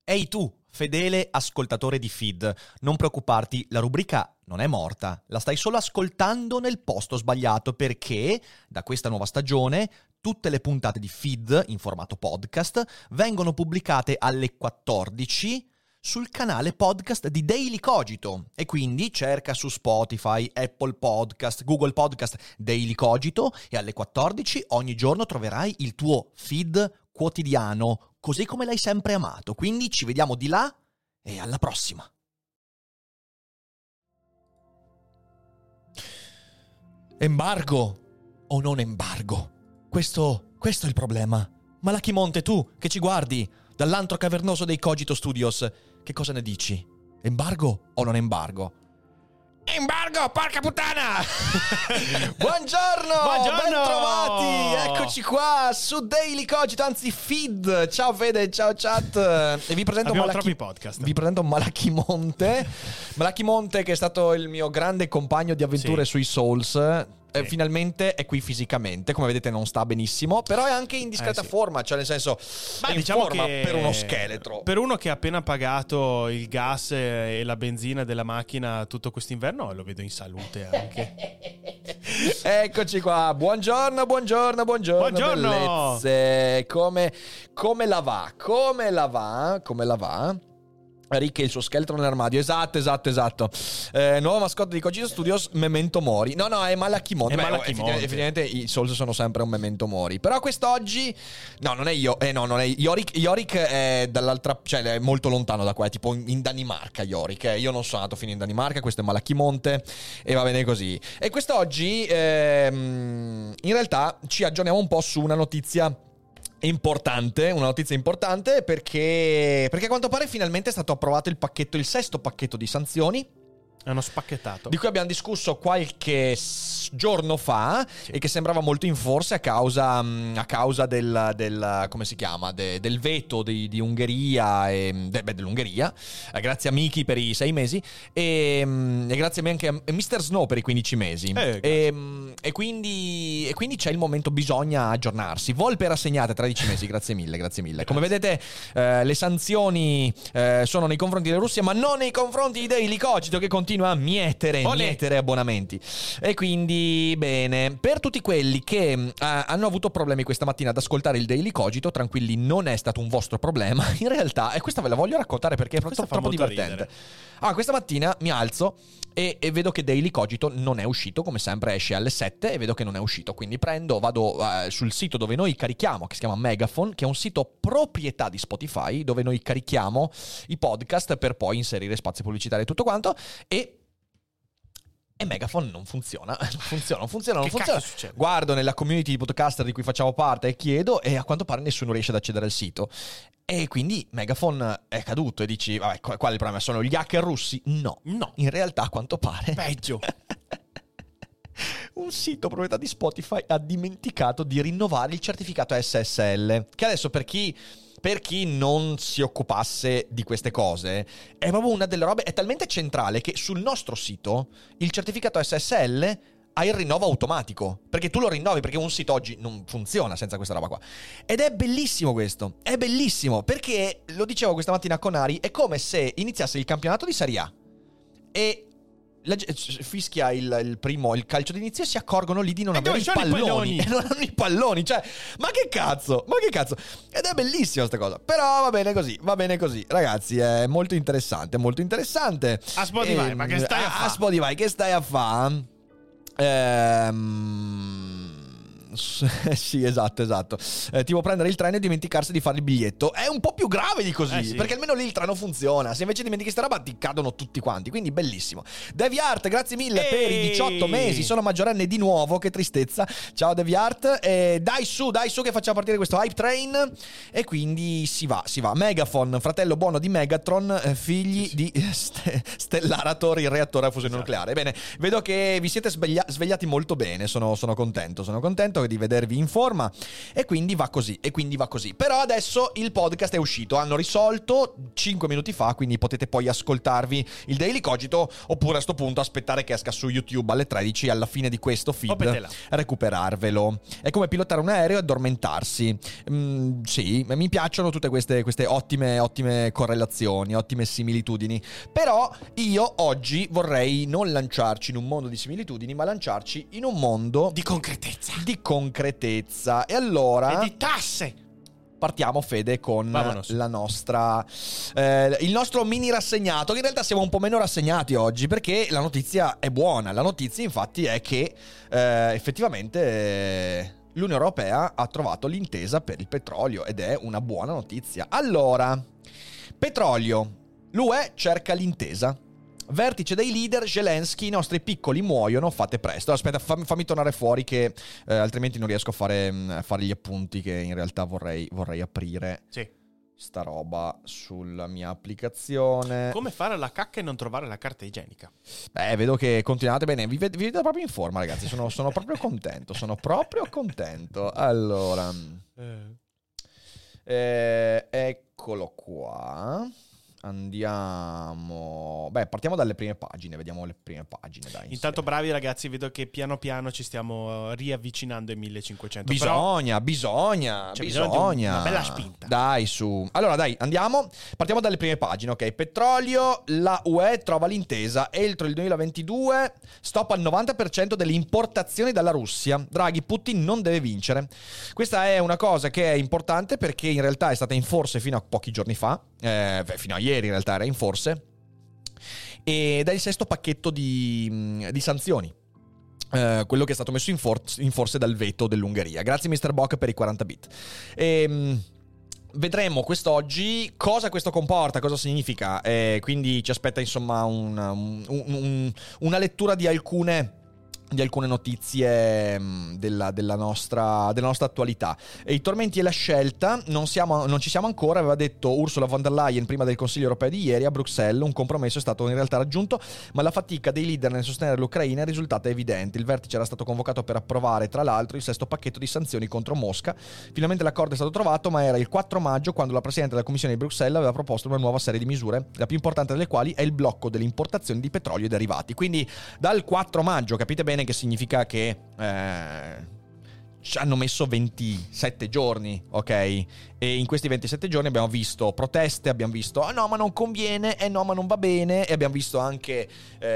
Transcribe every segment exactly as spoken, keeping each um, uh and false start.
Ehi tu, fedele ascoltatore di Feed, non preoccuparti, la rubrica non è morta, la stai solo ascoltando nel posto sbagliato perché da questa nuova stagione tutte le puntate di Feed in formato podcast vengono pubblicate alle quattordici sul canale podcast di Daily Cogito e quindi cerca su Spotify, Apple Podcast, Google Podcast Daily Cogito e alle quattordici ogni giorno troverai il tuo feed quotidiano, così come l'hai sempre amato. Quindi ci vediamo di là e alla prossima. Embargo o non embargo? Questo, questo è il problema. Malachi Monte, tu che ci guardi dall'antro cavernoso dei Cogito Studios, che cosa ne dici? Embargo o non embargo? Embargo, porca puttana! Buongiorno, Buongiorno! bentrovati! Eccoci qua su Daily Cogito, anzi Feed. Ciao Fede, ciao chat. E vi presento Abbiamo Malachi... troppi podcast. Vi presento Malachi Monte. Malachi Monte, che è stato il mio grande compagno di avventure Sì. sui Souls. Sì. Finalmente è qui fisicamente, come vedete non sta benissimo, però è anche in discreta Eh, sì. forma, cioè nel senso Ma è in diciamo forma che per uno scheletro. Per uno che ha appena pagato il gas e la benzina della macchina tutto quest'inverno, lo vedo in salute anche. Eccoci qua, buongiorno, buongiorno, buongiorno, Buongiorno! bellezze. Come, come la va? Come la va? Come la va? Rick e il suo scheletro nell'armadio. Esatto, esatto, esatto. Eh, nuova mascotte di Cogito Studios, Memento Mori. No, no, è Malachi Monte. È Beh, Malachi effettivamente, Monte. effettivamente i Souls sono sempre un Memento Mori. Però quest'oggi no, non è io. Eh no, non è Yorick. Yorick è dall'altra, cioè è molto lontano da qua, è tipo in, in Danimarca Yorick. Eh. Io non sono andato fino in Danimarca, questo è Malachi Monte e va bene così. E quest'oggi ehm, in realtà ci aggiorniamo un po' su una notizia importante, una notizia importante perché perché a quanto pare finalmente è stato approvato il pacchetto, il sesto pacchetto di sanzioni Hanno spacchettato. di cui abbiamo discusso qualche s- giorno fa Sì. e che sembrava molto in forse a causa, mh, a causa del, del come si chiama de- del veto di, di Ungheria e de- beh, dell'Ungheria. Eh, grazie a Miki per i sei mesi e, mh, e grazie anche a mister Snow per i quindici mesi. Eh, e, mh, e quindi e quindi c'è il momento, bisogna aggiornarsi. Volpe rassegnate tredici mesi, grazie mille, grazie mille. Come vedete eh, le sanzioni eh, sono nei confronti della Russia, ma non nei confronti di Daily Cogito, che continua a mietere, Olè. mietere abbonamenti. E quindi, bene, per tutti quelli che eh, hanno avuto problemi questa mattina ad ascoltare il Daily Cogito, tranquilli, non è stato un vostro problema. In realtà, e questa ve la voglio raccontare perché è Questa proprio fa troppo molto divertente. ridere. Ah, questa mattina mi alzo e, e vedo che Daily Cogito non è uscito, come sempre esce alle sette e vedo che non è uscito, quindi prendo, vado uh, sul sito dove noi carichiamo, che si chiama Megaphone, che è un sito proprietà di Spotify, dove noi carichiamo i podcast per poi inserire spazi pubblicitari e tutto quanto, e E Megaphone non funziona, non funziona, non funziona, non Che funziona. cazzo succede? Guardo nella community di podcaster di cui facciamo parte e chiedo, e a quanto pare nessuno riesce ad accedere al sito. E quindi Megaphone è caduto e dici, vabbè, qual qual è il problema? Sono gli hacker russi? No, No. in realtà a quanto pare Peggio. un sito proprietà di Spotify ha dimenticato di rinnovare il certificato S S L, che adesso per chi... Per chi non si occupasse di queste cose, è proprio una delle robe, è talmente centrale che sul nostro sito il certificato S S L ha il rinnovo automatico, perché tu lo rinnovi, perché un sito oggi non funziona senza questa roba qua. Ed è bellissimo questo, è bellissimo, perché, lo dicevo questa mattina con Ari, è come se iniziasse il campionato di Serie A e... La, fischia il, il primo il calcio d'inizio e si accorgono lì di non E avere i dove sono i palloni. palloni? E non hanno i palloni, cioè, ma che cazzo, ma che cazzo. Ed è bellissima sta cosa. Però va bene così, va bene così. Ragazzi, è molto interessante, molto interessante. A Spotify, E, ma che stai a fa'? A Spotify, che stai a fa'? Ehm... Sì, esatto, esatto. Eh, tipo prendere il treno e dimenticarsi di fare il biglietto. È un po' più grave di così, Eh sì. perché almeno lì il treno funziona. Se invece dimentichi sta roba ti cadono tutti quanti. Quindi bellissimo. Deviart, grazie mille Ehi! per i diciotto mesi. Sono maggiorenne di nuovo, che tristezza. Ciao Deviart. Eh, dai su, dai su che facciamo partire questo hype train. E quindi si va, si va. Megaphone, fratello buono di Megatron, eh, figli Sì, sì. di eh, Ste- Stellarator, il reattore a fusione Esatto. nucleare. Bene, vedo che vi siete sveglia- svegliati molto bene. Sono, sono contento, sono contento. e di vedervi in forma, e quindi va così, e quindi va così. Però adesso il podcast è uscito, hanno risolto cinque minuti fa, quindi potete poi ascoltarvi il Daily Cogito, oppure a sto punto aspettare che esca su YouTube alle tredici alla fine di questo feed, recuperarvelo. È come pilotare un aereo e addormentarsi. Mm, sì, mi piacciono tutte queste, queste ottime, ottime correlazioni, ottime similitudini. Però io oggi vorrei non lanciarci in un mondo di similitudini, ma lanciarci in un mondo di concretezza. Di concretezza. E allora... E di tasse. Partiamo, Fede, con Vamonos. la nostra eh, il nostro mini rassegnato, che in realtà siamo un po' meno rassegnati oggi, perché la notizia è buona. La notizia infatti è che eh, effettivamente eh, l'Unione Europea ha trovato l'intesa per il petrolio, ed è una buona notizia. Allora, petrolio, l'U E cerca l'intesa. Vertice dei leader, Zelensky, i nostri piccoli muoiono, fate presto. Aspetta, fammi, fammi tornare fuori che eh, altrimenti non riesco a fare, a fare gli appunti che in realtà vorrei, vorrei aprire. Sì. Sta roba sulla mia applicazione. Come fare la cacca e non trovare la carta igienica? Beh, vedo che continuate bene, vi, ved- vi vedo proprio in forma, ragazzi, sono, sono proprio contento, sono proprio contento. Allora, eh, eccolo qua. Andiamo. Beh, partiamo dalle prime pagine. Vediamo le prime pagine. Dai, intanto, bravi ragazzi, vedo che piano piano ci stiamo riavvicinando ai millecinquecento. Bisogna, Però... bisogna, C'è bisogna. bisogno di una bella spinta. Dai, su. Allora, dai, andiamo. Partiamo dalle prime pagine, ok? Petrolio, la U E trova l'intesa. Entro il duemilaventidue, stop al novanta per cento delle importazioni dalla Russia. Draghi, Putin non deve vincere. Questa è una cosa che è importante perché in realtà è stata in forse fino a pochi giorni fa. Eh, fino a ieri in realtà era in forse, ed è il sesto pacchetto di, di sanzioni, eh, quello che è stato messo in, for- in forse dal veto dell'Ungheria. Grazie mister Bock per i quaranta bit. E vedremo quest'oggi cosa questo comporta, cosa significa, e quindi ci aspetta insomma un, un, un, una lettura di alcune di alcune notizie della, della, nostra, della nostra attualità. E i tormenti e la scelta non, siamo, non ci siamo ancora, aveva detto Ursula von der Leyen prima del Consiglio europeo di ieri a Bruxelles. Un compromesso è stato in realtà raggiunto, ma la fatica dei leader nel sostenere l'Ucraina è risultata evidente. Il vertice era stato convocato per approvare tra l'altro il sesto pacchetto di sanzioni contro Mosca. Finalmente l'accordo è stato trovato, ma era il quattro maggio quando la Presidente della Commissione di Bruxelles aveva proposto una nuova serie di misure, la più importante delle quali è il blocco delle importazioni di petrolio e derivati. Quindi dal quattro maggio, capite bene che significa che eh, ci hanno messo ventisette giorni, ok? E in questi ventisette giorni abbiamo visto proteste, abbiamo visto ah no ma non conviene, eh no ma non va bene, e abbiamo visto anche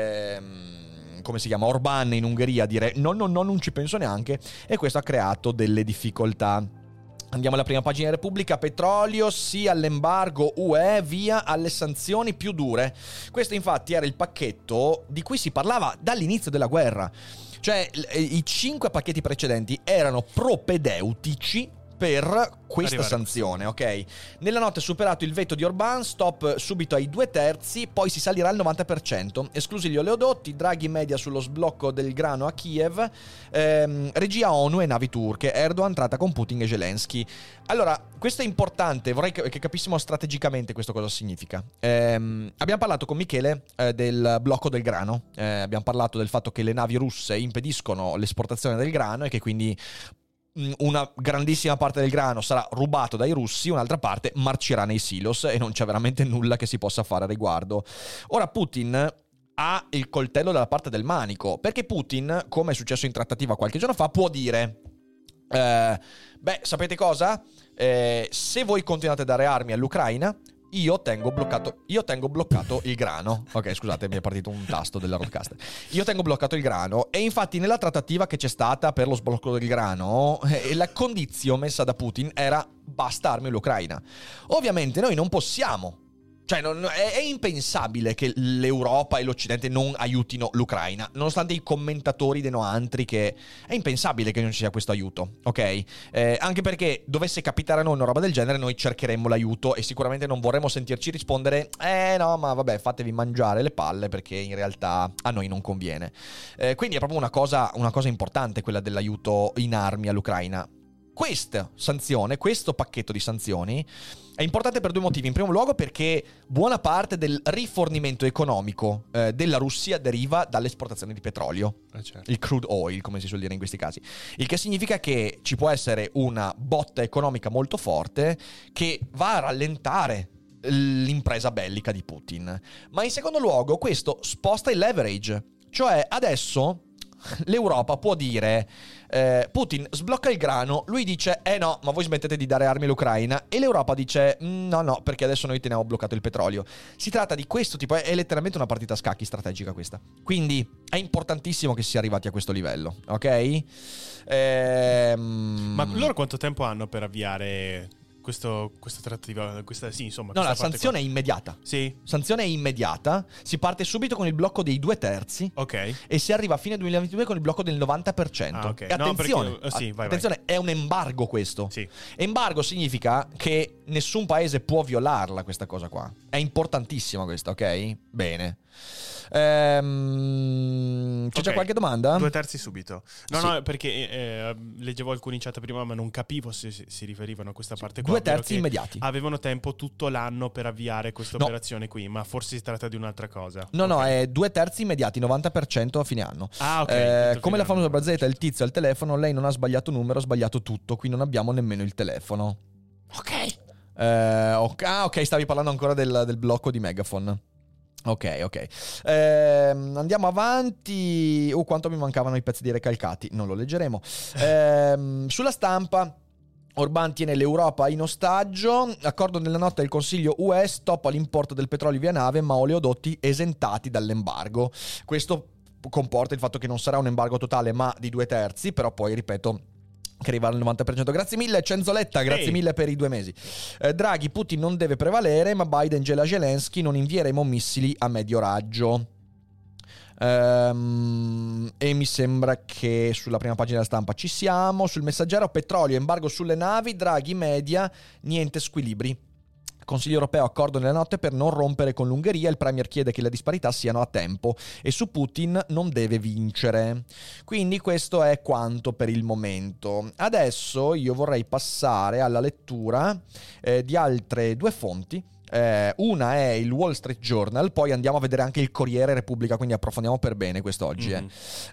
ehm, come si chiama, Orbán in Ungheria dire no no no non ci penso neanche, e questo ha creato delle difficoltà. Andiamo alla prima pagina di Repubblica. Petrolio, sì all'embargo U E, via alle sanzioni più dure. Questo infatti era il pacchetto di cui si parlava dall'inizio della guerra. Cioè i cinque pacchetti precedenti erano propedeutici per questa Arrivare. sanzione, ok? Nella notte superato il veto di Orbán, stop subito ai due terzi, poi si salirà al novanta per cento. Esclusi gli oleodotti, Draghi media sullo sblocco del grano a Kiev, ehm, regia ONU e navi turche, Erdogan tratta con Putin e Zelensky. Allora, questo è importante, vorrei che capissimo strategicamente questo cosa significa. Ehm, abbiamo parlato con Michele eh, del blocco del grano, eh, abbiamo parlato del fatto che le navi russe impediscono l'esportazione del grano e che quindi una grandissima parte del grano sarà rubato dai russi, un'altra parte marcirà nei silos e non c'è veramente nulla che si possa fare a riguardo. Ora Putin ha il coltello dalla parte del manico, perché Putin, come è successo in trattativa qualche giorno fa, può dire eh, beh, sapete cosa? Eh, se voi continuate a dare armi all'Ucraina, io tengo bloccato io tengo bloccato il grano. Ok, scusate, mi è partito un tasto della roadcaster. Io tengo bloccato il grano. E infatti nella trattativa che c'è stata per lo sblocco del grano, eh, la condizione messa da Putin era basta armi all'Ucraina. Ovviamente noi non possiamo, cioè non, è, è impensabile che l'Europa e l'Occidente non aiutino l'Ucraina, nonostante i commentatori deno altri che è impensabile che non ci sia questo aiuto, ok? Eh, anche perché dovesse capitare a noi una roba del genere, noi cercheremmo l'aiuto e sicuramente non vorremmo sentirci rispondere eh no ma vabbè fatevi mangiare le palle perché in realtà a noi non conviene. Eh, quindi è proprio una cosa, una cosa importante quella dell'aiuto in armi all'Ucraina. questa sanzione, questo pacchetto di sanzioni è importante per due motivi. In primo luogo perché buona parte del rifornimento economico eh, della Russia deriva dall'esportazione di petrolio, eh certo. il crude oil, come si suol dire in questi casi. Il che significa che ci può essere una botta economica molto forte che va a rallentare l'impresa bellica di Putin. Ma in secondo luogo questo sposta il leverage, cioè adesso l'Europa può dire eh, Putin sblocca il grano, lui dice eh no, ma voi smettete di dare armi all'Ucraina, e l'Europa dice no no, perché adesso noi teniamo bloccato il petrolio. Si tratta di questo tipo, è, è letteralmente una partita a scacchi strategica questa, quindi è importantissimo che si sia arrivati a questo livello, ok? Ehm... Ma loro quanto tempo hanno per avviare questo, questa trattativa, questa, sì, insomma, no, questa la parte sanzione qua. è immediata. Sì. Sanzione è immediata. Si parte subito con il blocco dei due terzi. Ok. E si arriva a fine duemilaventidue con il blocco del novanta per cento. Ah, ok. E attenzione, no, perché, oh, sì, vai, attenzione, vai. È un embargo questo. Sì. Embargo significa che nessun paese può violarla questa cosa qua. È importantissima questa, ok? Bene. Ehm, c'è okay. già qualche domanda? Due terzi subito. No, sì. no, perché eh, leggevo alcuni in chat prima, ma non capivo se si, si riferivano a questa parte qua. Due terzi immediati. Avevano tempo tutto l'anno per avviare questa no. operazione qui, ma forse si tratta di un'altra cosa. No, okay. no, è due terzi immediati, novanta per cento a fine anno. Ah, ok. Eh, come la famosa barzelletta, il tizio al telefono, lei non ha sbagliato numero, ha sbagliato tutto, qui non abbiamo nemmeno il telefono. Ok. Eh, ok, ah, ok, stavi parlando ancora del, del blocco di Megaphone. Ok, ok. Eh, andiamo avanti. Oh, quanto mi mancavano i pezzi di recalcati. Non lo leggeremo. Eh, sulla stampa, Orbán tiene l'Europa in ostaggio. Accordo nella notte del Consiglio U E, stop all'importo del petrolio via nave, ma oleodotti esentati dall'embargo. Questo comporta il fatto che non sarà un embargo totale, ma di due terzi. Però poi, ripeto, che arriva al novanta per cento. Grazie mille Cenzoletta, grazie Ehi. mille per i due mesi. eh, Draghi, Putin non deve prevalere, ma Biden gela Zelensky, non invieremo missili a medio raggio. ehm, E mi sembra che sulla prima pagina della stampa ci siamo. Sul Messaggero, petrolio, embargo sulle navi, Draghi media, niente squilibri. Consiglio europeo, accordo nella notte per non rompere con l'Ungheria, il premier chiede che le disparità siano a tempo e su Putin non deve vincere. Quindi questo è quanto per il momento. Adesso io vorrei passare alla lettura eh, di altre due fonti. Eh, una è il Wall Street Journal, poi andiamo a vedere anche il Corriere Repubblica, quindi approfondiamo per bene quest'oggi. Mm-hmm.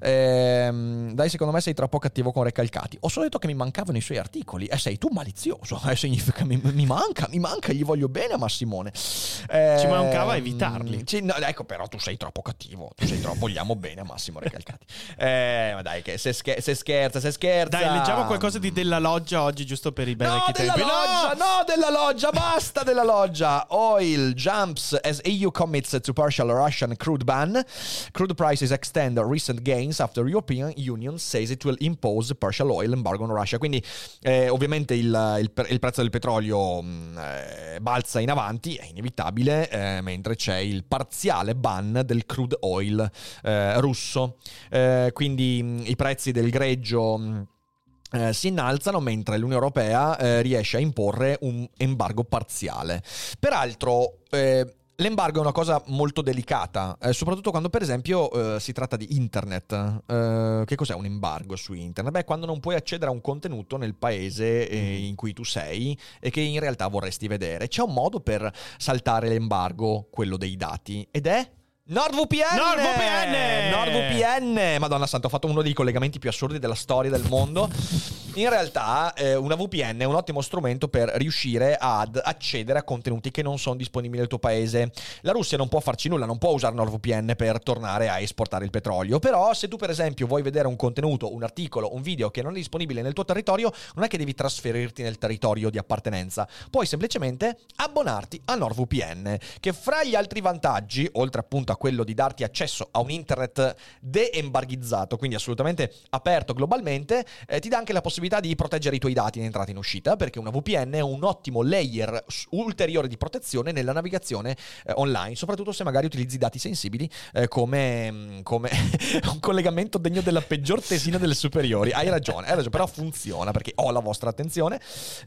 eh. Eh, dai, secondo me sei troppo cattivo con Recalcati. Ho solo detto che mi mancavano i suoi articoli. Eh, sei tu malizioso. Eh, significa mi, mi manca, mi manca, gli voglio bene a Massimone. Eh, Ci mancava evitarli. Ci, no, ecco, però tu sei troppo cattivo. Tu sei troppo, vogliamo bene a Massimo Recalcati. Eh, ma dai, che se, scher- se scherza, se scherza. Dai, leggiamo qualcosa di Della Loggia oggi, giusto per i bei no, vecchi della tempi. Loggia, no! no, della Loggia, basta della Loggia. Oil jumps as E U commits to partial Russian crude ban. Crude prices extend recent gains after European Union says it will impose partial oil embargo on Russia. Quindi eh, ovviamente il, il, il prezzo del petrolio mh, eh, balza in avanti, è inevitabile, eh, mentre c'è il parziale ban del crude oil eh, russo. Eh, quindi mh, i prezzi del greggio mh, Eh, si innalzano, mentre l'Unione Europea eh, riesce a imporre un embargo parziale. Peraltro eh, l'embargo è una cosa molto delicata, eh, soprattutto quando per esempio eh, si tratta di internet. Eh, che cos'è un embargo su internet? Beh, quando non puoi accedere a un contenuto nel paese eh, in cui tu sei e che in realtà vorresti vedere. C'è un modo per saltare l'embargo, quello dei dati, ed è NordVPN! NordVPN! NordVPN! Madonna santa, ho fatto uno dei collegamenti più assurdi della storia del mondo. In realtà eh, una V P N è un ottimo strumento per riuscire ad accedere a contenuti che non sono disponibili nel tuo paese. La Russia non può farci nulla, non può usare NordVPN per tornare a esportare il petrolio. Però se tu per esempio vuoi vedere un contenuto, un articolo, un video che non è disponibile nel tuo territorio, non è che devi trasferirti nel territorio di appartenenza. Puoi semplicemente abbonarti a NordVPN, che fra gli altri vantaggi, oltre appunto a quello di darti accesso a un internet de-embarghizzato, quindi assolutamente aperto globalmente, eh, ti dà anche la possibilità di proteggere i tuoi dati in entrata e in uscita, perché una V P N è un ottimo layer ulteriore di protezione nella navigazione eh, online, soprattutto se magari utilizzi dati sensibili eh, come, come un collegamento degno della peggior tesina delle superiori. Hai ragione, hai ragione, però funziona perché ho la vostra attenzione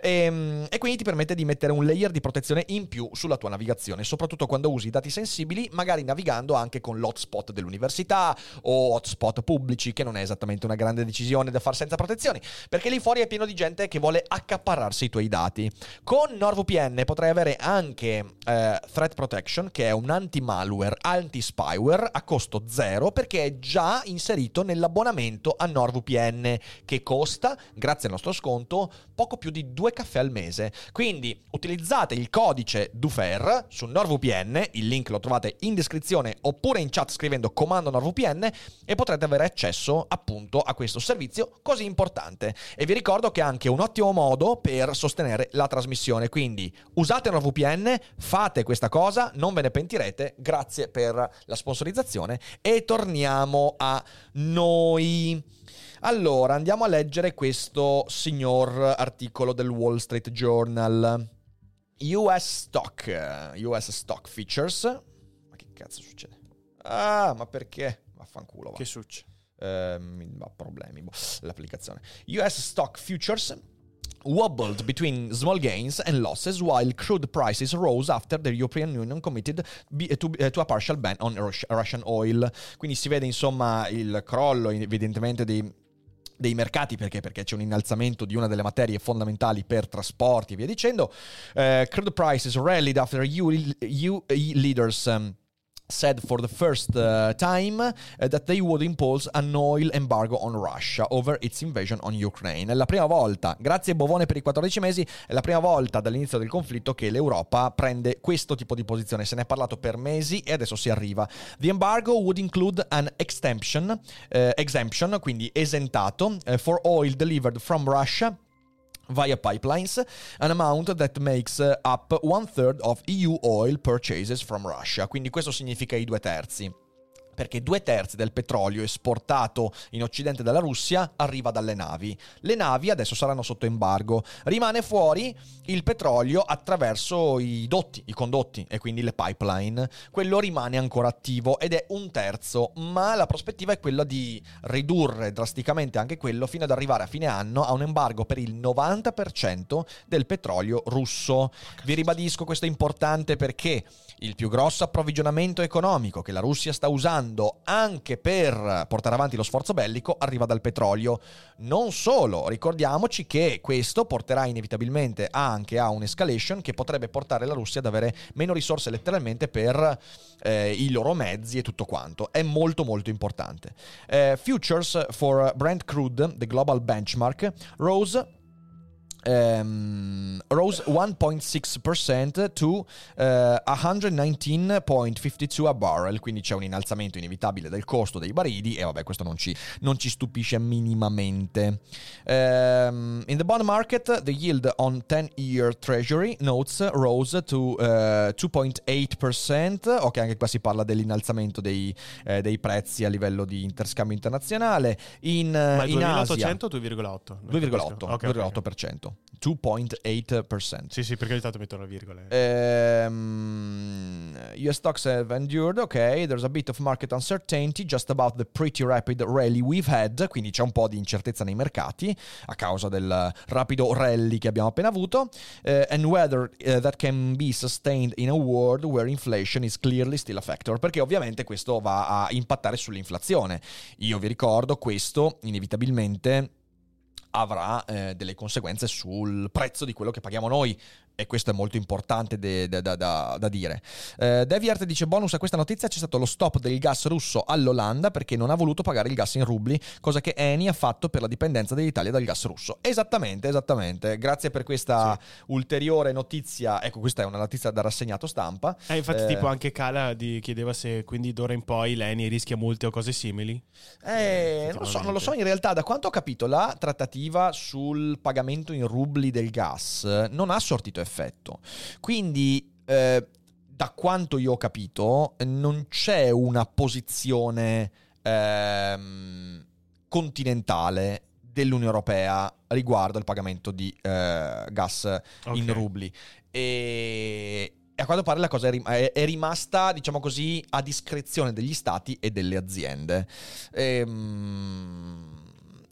e, e quindi ti permette di mettere un layer di protezione in più sulla tua navigazione, soprattutto quando usi dati sensibili, magari navigando anche con l'hotspot dell'università o hotspot pubblici, che non è esattamente una grande decisione da far senza protezioni, perché e lì fuori è pieno di gente che vuole accaparrarsi i tuoi dati. Con NordVPN potrai avere anche eh, Threat Protection, che è un anti-malware, anti-spyware a costo zero, perché è già inserito nell'abbonamento a NordVPN, che costa, grazie al nostro sconto, poco più di due caffè al mese. Quindi utilizzate il codice DUFER su NordVPN, il link lo trovate in descrizione oppure in chat scrivendo comando NordVPN, e potrete avere accesso appunto a questo servizio così importante. E vi ricordo che è anche un ottimo modo per sostenere la trasmissione, quindi usate NordVPN, fate questa cosa, non ve ne pentirete. Grazie per la sponsorizzazione e torniamo a noi. Allora, andiamo a leggere questo signor articolo del Wall Street Journal. U S Stock, U S Stock Futures. Ma che cazzo succede? Ah, ma perché? Vaffanculo, va. Che succede? Eh, mi dà problemi, boh, l'applicazione. U S Stock Futures wobbled between small gains and losses while crude prices rose after the European Union committed to, to a partial ban on Russian oil. Quindi si vede insomma il crollo evidentemente di dei mercati, perché? Perché c'è un innalzamento di una delle materie fondamentali per trasporti e via dicendo. Uh, crude prices rallied after E U, E U leaders um, said for the first uh, time uh, that they would impose an oil embargo on Russia over its invasion on Ukraine. È la prima volta, grazie Bovone per i quattordici mesi, è la prima volta dall'inizio del conflitto che l'Europa prende questo tipo di posizione. Se ne è parlato per mesi e adesso si arriva. The embargo would include an exemption, uh, exemption, quindi esentato, uh, for oil delivered from Russia via pipelines, an amount that makes up one third of E U oil purchases from Russia. Quindi questo significa i due terzi, perché due terzi del petrolio esportato in Occidente dalla Russia arriva dalle navi. Le navi adesso saranno sotto embargo. Rimane fuori il petrolio attraverso i dotti, i condotti e quindi le pipeline. Quello rimane ancora attivo ed è un terzo, ma la prospettiva è quella di ridurre drasticamente anche quello fino ad arrivare a fine anno a un embargo per il novanta per cento del petrolio russo. Vi ribadisco, questo è importante perché il più grosso approvvigionamento economico che la Russia sta usando anche per portare avanti lo sforzo bellico arriva dal petrolio. Non solo, ricordiamoci che questo porterà inevitabilmente anche a un'escalation che potrebbe portare la Russia ad avere meno risorse letteralmente per eh, i loro mezzi e tutto quanto. È molto molto importante. Eh, futures for Brent crude, the global benchmark, rose Um, rose one point six percent to uh, one nineteen point five two a barrel, quindi c'è un innalzamento inevitabile del costo dei barili e vabbè, questo non ci, non ci stupisce minimamente. Um, in the bond market, the yield on ten-year treasury notes rose to uh, two point eight percent. Ok, anche qua si parla dell'innalzamento dei, eh, dei prezzi a livello di interscambio internazionale. In, Ma in Asia duemilaottocento o due virgola otto? due virgola otto Okay, due virgola otto per cento. two point eight percent. Sì, sì, perché ogni tanto mettono la virgola. Um, U S stocks have endured, ok, there's a bit of market uncertainty just about the pretty rapid rally we've had, quindi c'è un po' di incertezza nei mercati a causa del rapido rally che abbiamo appena avuto, uh, and whether uh, that can be sustained in a world where inflation is clearly still a factor, perché ovviamente questo va a impattare sull'inflazione. Io vi ricordo, questo inevitabilmente avrà eh, delle conseguenze sul prezzo di quello che paghiamo noi, e questo è molto importante de, de, de, da, da dire. eh, Deviart dice: bonus a questa notizia, c'è stato lo stop del gas russo all'Olanda perché non ha voluto pagare il gas in rubli, cosa che Eni ha fatto per la dipendenza dell'Italia dal gas russo. Esattamente, esattamente, grazie per questa sì. ulteriore notizia. Ecco, questa è una notizia da rassegnato stampa. Eh, infatti eh, tipo anche Cala di, chiedeva se quindi d'ora in poi l'Eni rischia multe o cose simili. Eh, non lo so, non lo so in realtà. Da quanto ho capito, la trattativa sul pagamento in rubli del gas non ha sortito effetto. Quindi, eh, da quanto io ho capito, non c'è una posizione ehm, continentale dell'Unione Europea riguardo al pagamento di eh, gas okay. in rubli. E a quanto pare la cosa è, rim- è rimasta, diciamo così, a discrezione degli stati e delle aziende. Ehm...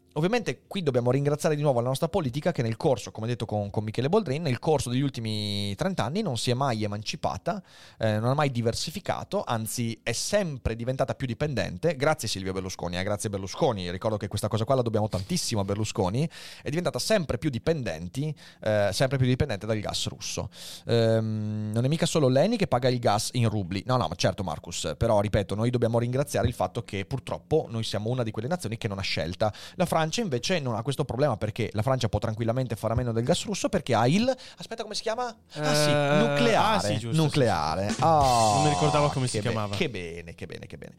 ovviamente qui dobbiamo ringraziare di nuovo la nostra politica che nel corso, come detto con, con Michele Boldrin, nel corso degli ultimi trent'anni non si è mai emancipata, eh, non ha mai diversificato, anzi è sempre diventata più dipendente, grazie Silvio Berlusconi, eh, grazie Berlusconi, ricordo che questa cosa qua la dobbiamo tantissimo a Berlusconi, è diventata sempre più dipendenti, eh, sempre più dipendente dal gas russo. Ehm, non è mica solo l'Eni che paga il gas in rubli, no no, ma certo Marcus, però ripeto, noi dobbiamo ringraziare il fatto che purtroppo noi siamo una di quelle nazioni che non ha scelta. La Francia invece non ha questo problema, perché la Francia può tranquillamente fare a meno del gas russo perché ha il, aspetta, come si chiama? Ah sì, nucleare. Ah, sì, giusto, nucleare. sì, sì. Oh, non mi ricordavo come che si be- chiamava. Che bene, che bene, che bene.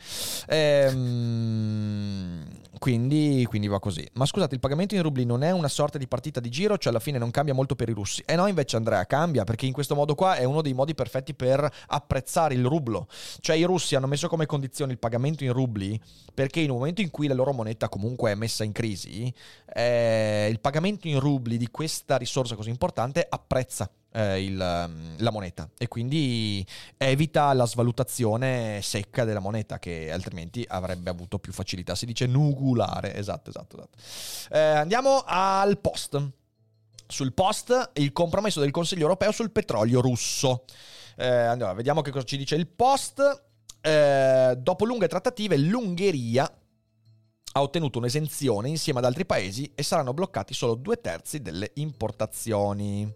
Ehm, quindi, quindi va così. Ma scusate, il pagamento in rubli non è una sorta di partita di giro? Cioè alla fine non cambia molto per i russi? Eh no, invece Andrea, cambia, perché in questo modo qua è uno dei modi perfetti per apprezzare il rublo. Cioè i russi hanno messo come condizione il pagamento in rubli perché in un momento in cui la loro moneta comunque è messa in crisi, eh, il pagamento in rubli di questa risorsa così importante apprezza eh, il, la moneta e quindi evita la svalutazione secca della moneta, che altrimenti avrebbe avuto più facilità. Si dice nugulare. Esatto, esatto, esatto. Eh, andiamo al post. Sul post, il compromesso del Consiglio europeo sul petrolio russo. Eh, andiamo, vediamo che cosa ci dice il post. Eh, dopo lunghe trattative, l'Ungheria ha ottenuto un'esenzione insieme ad altri paesi e saranno bloccati solo due terzi delle importazioni.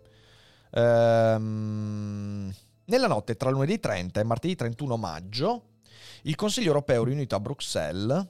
Ehm, nella notte tra lunedì trenta e martedì trentuno maggio, il Consiglio europeo riunito a Bruxelles,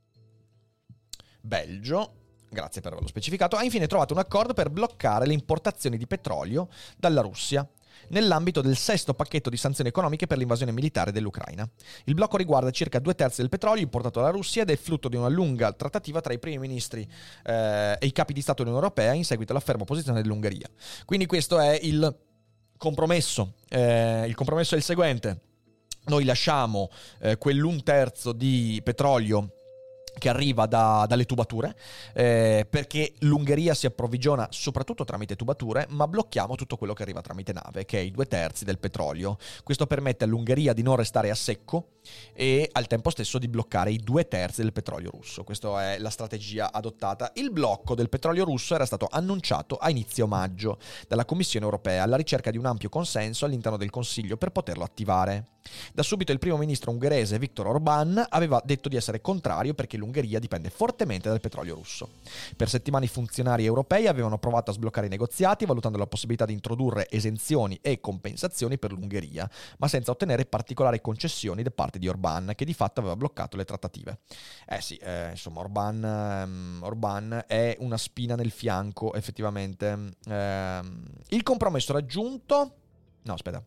Belgio, grazie per averlo specificato, ha infine trovato un accordo per bloccare le importazioni di petrolio dalla Russia nell'ambito del sesto pacchetto di sanzioni economiche per l'invasione militare dell'Ucraina. Il blocco riguarda circa due terzi del petrolio importato dalla Russia ed è frutto di una lunga trattativa tra i primi ministri eh, e i capi di Stato dell'Unione Europea in seguito alla ferma opposizione dell'Ungheria. Quindi questo è il compromesso. Eh, il compromesso è il seguente. Noi lasciamo eh, quell'un terzo di petrolio che arriva da, dalle tubature, eh, perché l'Ungheria si approvvigiona soprattutto tramite tubature, ma blocchiamo tutto quello che arriva tramite nave, che è i due terzi del petrolio. Questo permette all'Ungheria di non restare a secco e al tempo stesso di bloccare i due terzi del petrolio russo. Questa è la strategia adottata. Il blocco del petrolio russo era stato annunciato a inizio maggio dalla Commissione europea alla ricerca di un ampio consenso all'interno del Consiglio per poterlo attivare. Da subito il primo ministro ungherese Viktor Orbán aveva detto di essere contrario perché l'Ungheria dipende fortemente dal petrolio russo. Per settimane i funzionari europei avevano provato a sbloccare i negoziati valutando la possibilità di introdurre esenzioni e compensazioni per l'Ungheria, ma senza ottenere particolari concessioni da parte di Orbán, che di fatto aveva bloccato le trattative. Eh sì, eh, insomma Orbán, ehm, Orbán è una spina nel fianco effettivamente. Eh, il compromesso raggiunto... No, aspetta.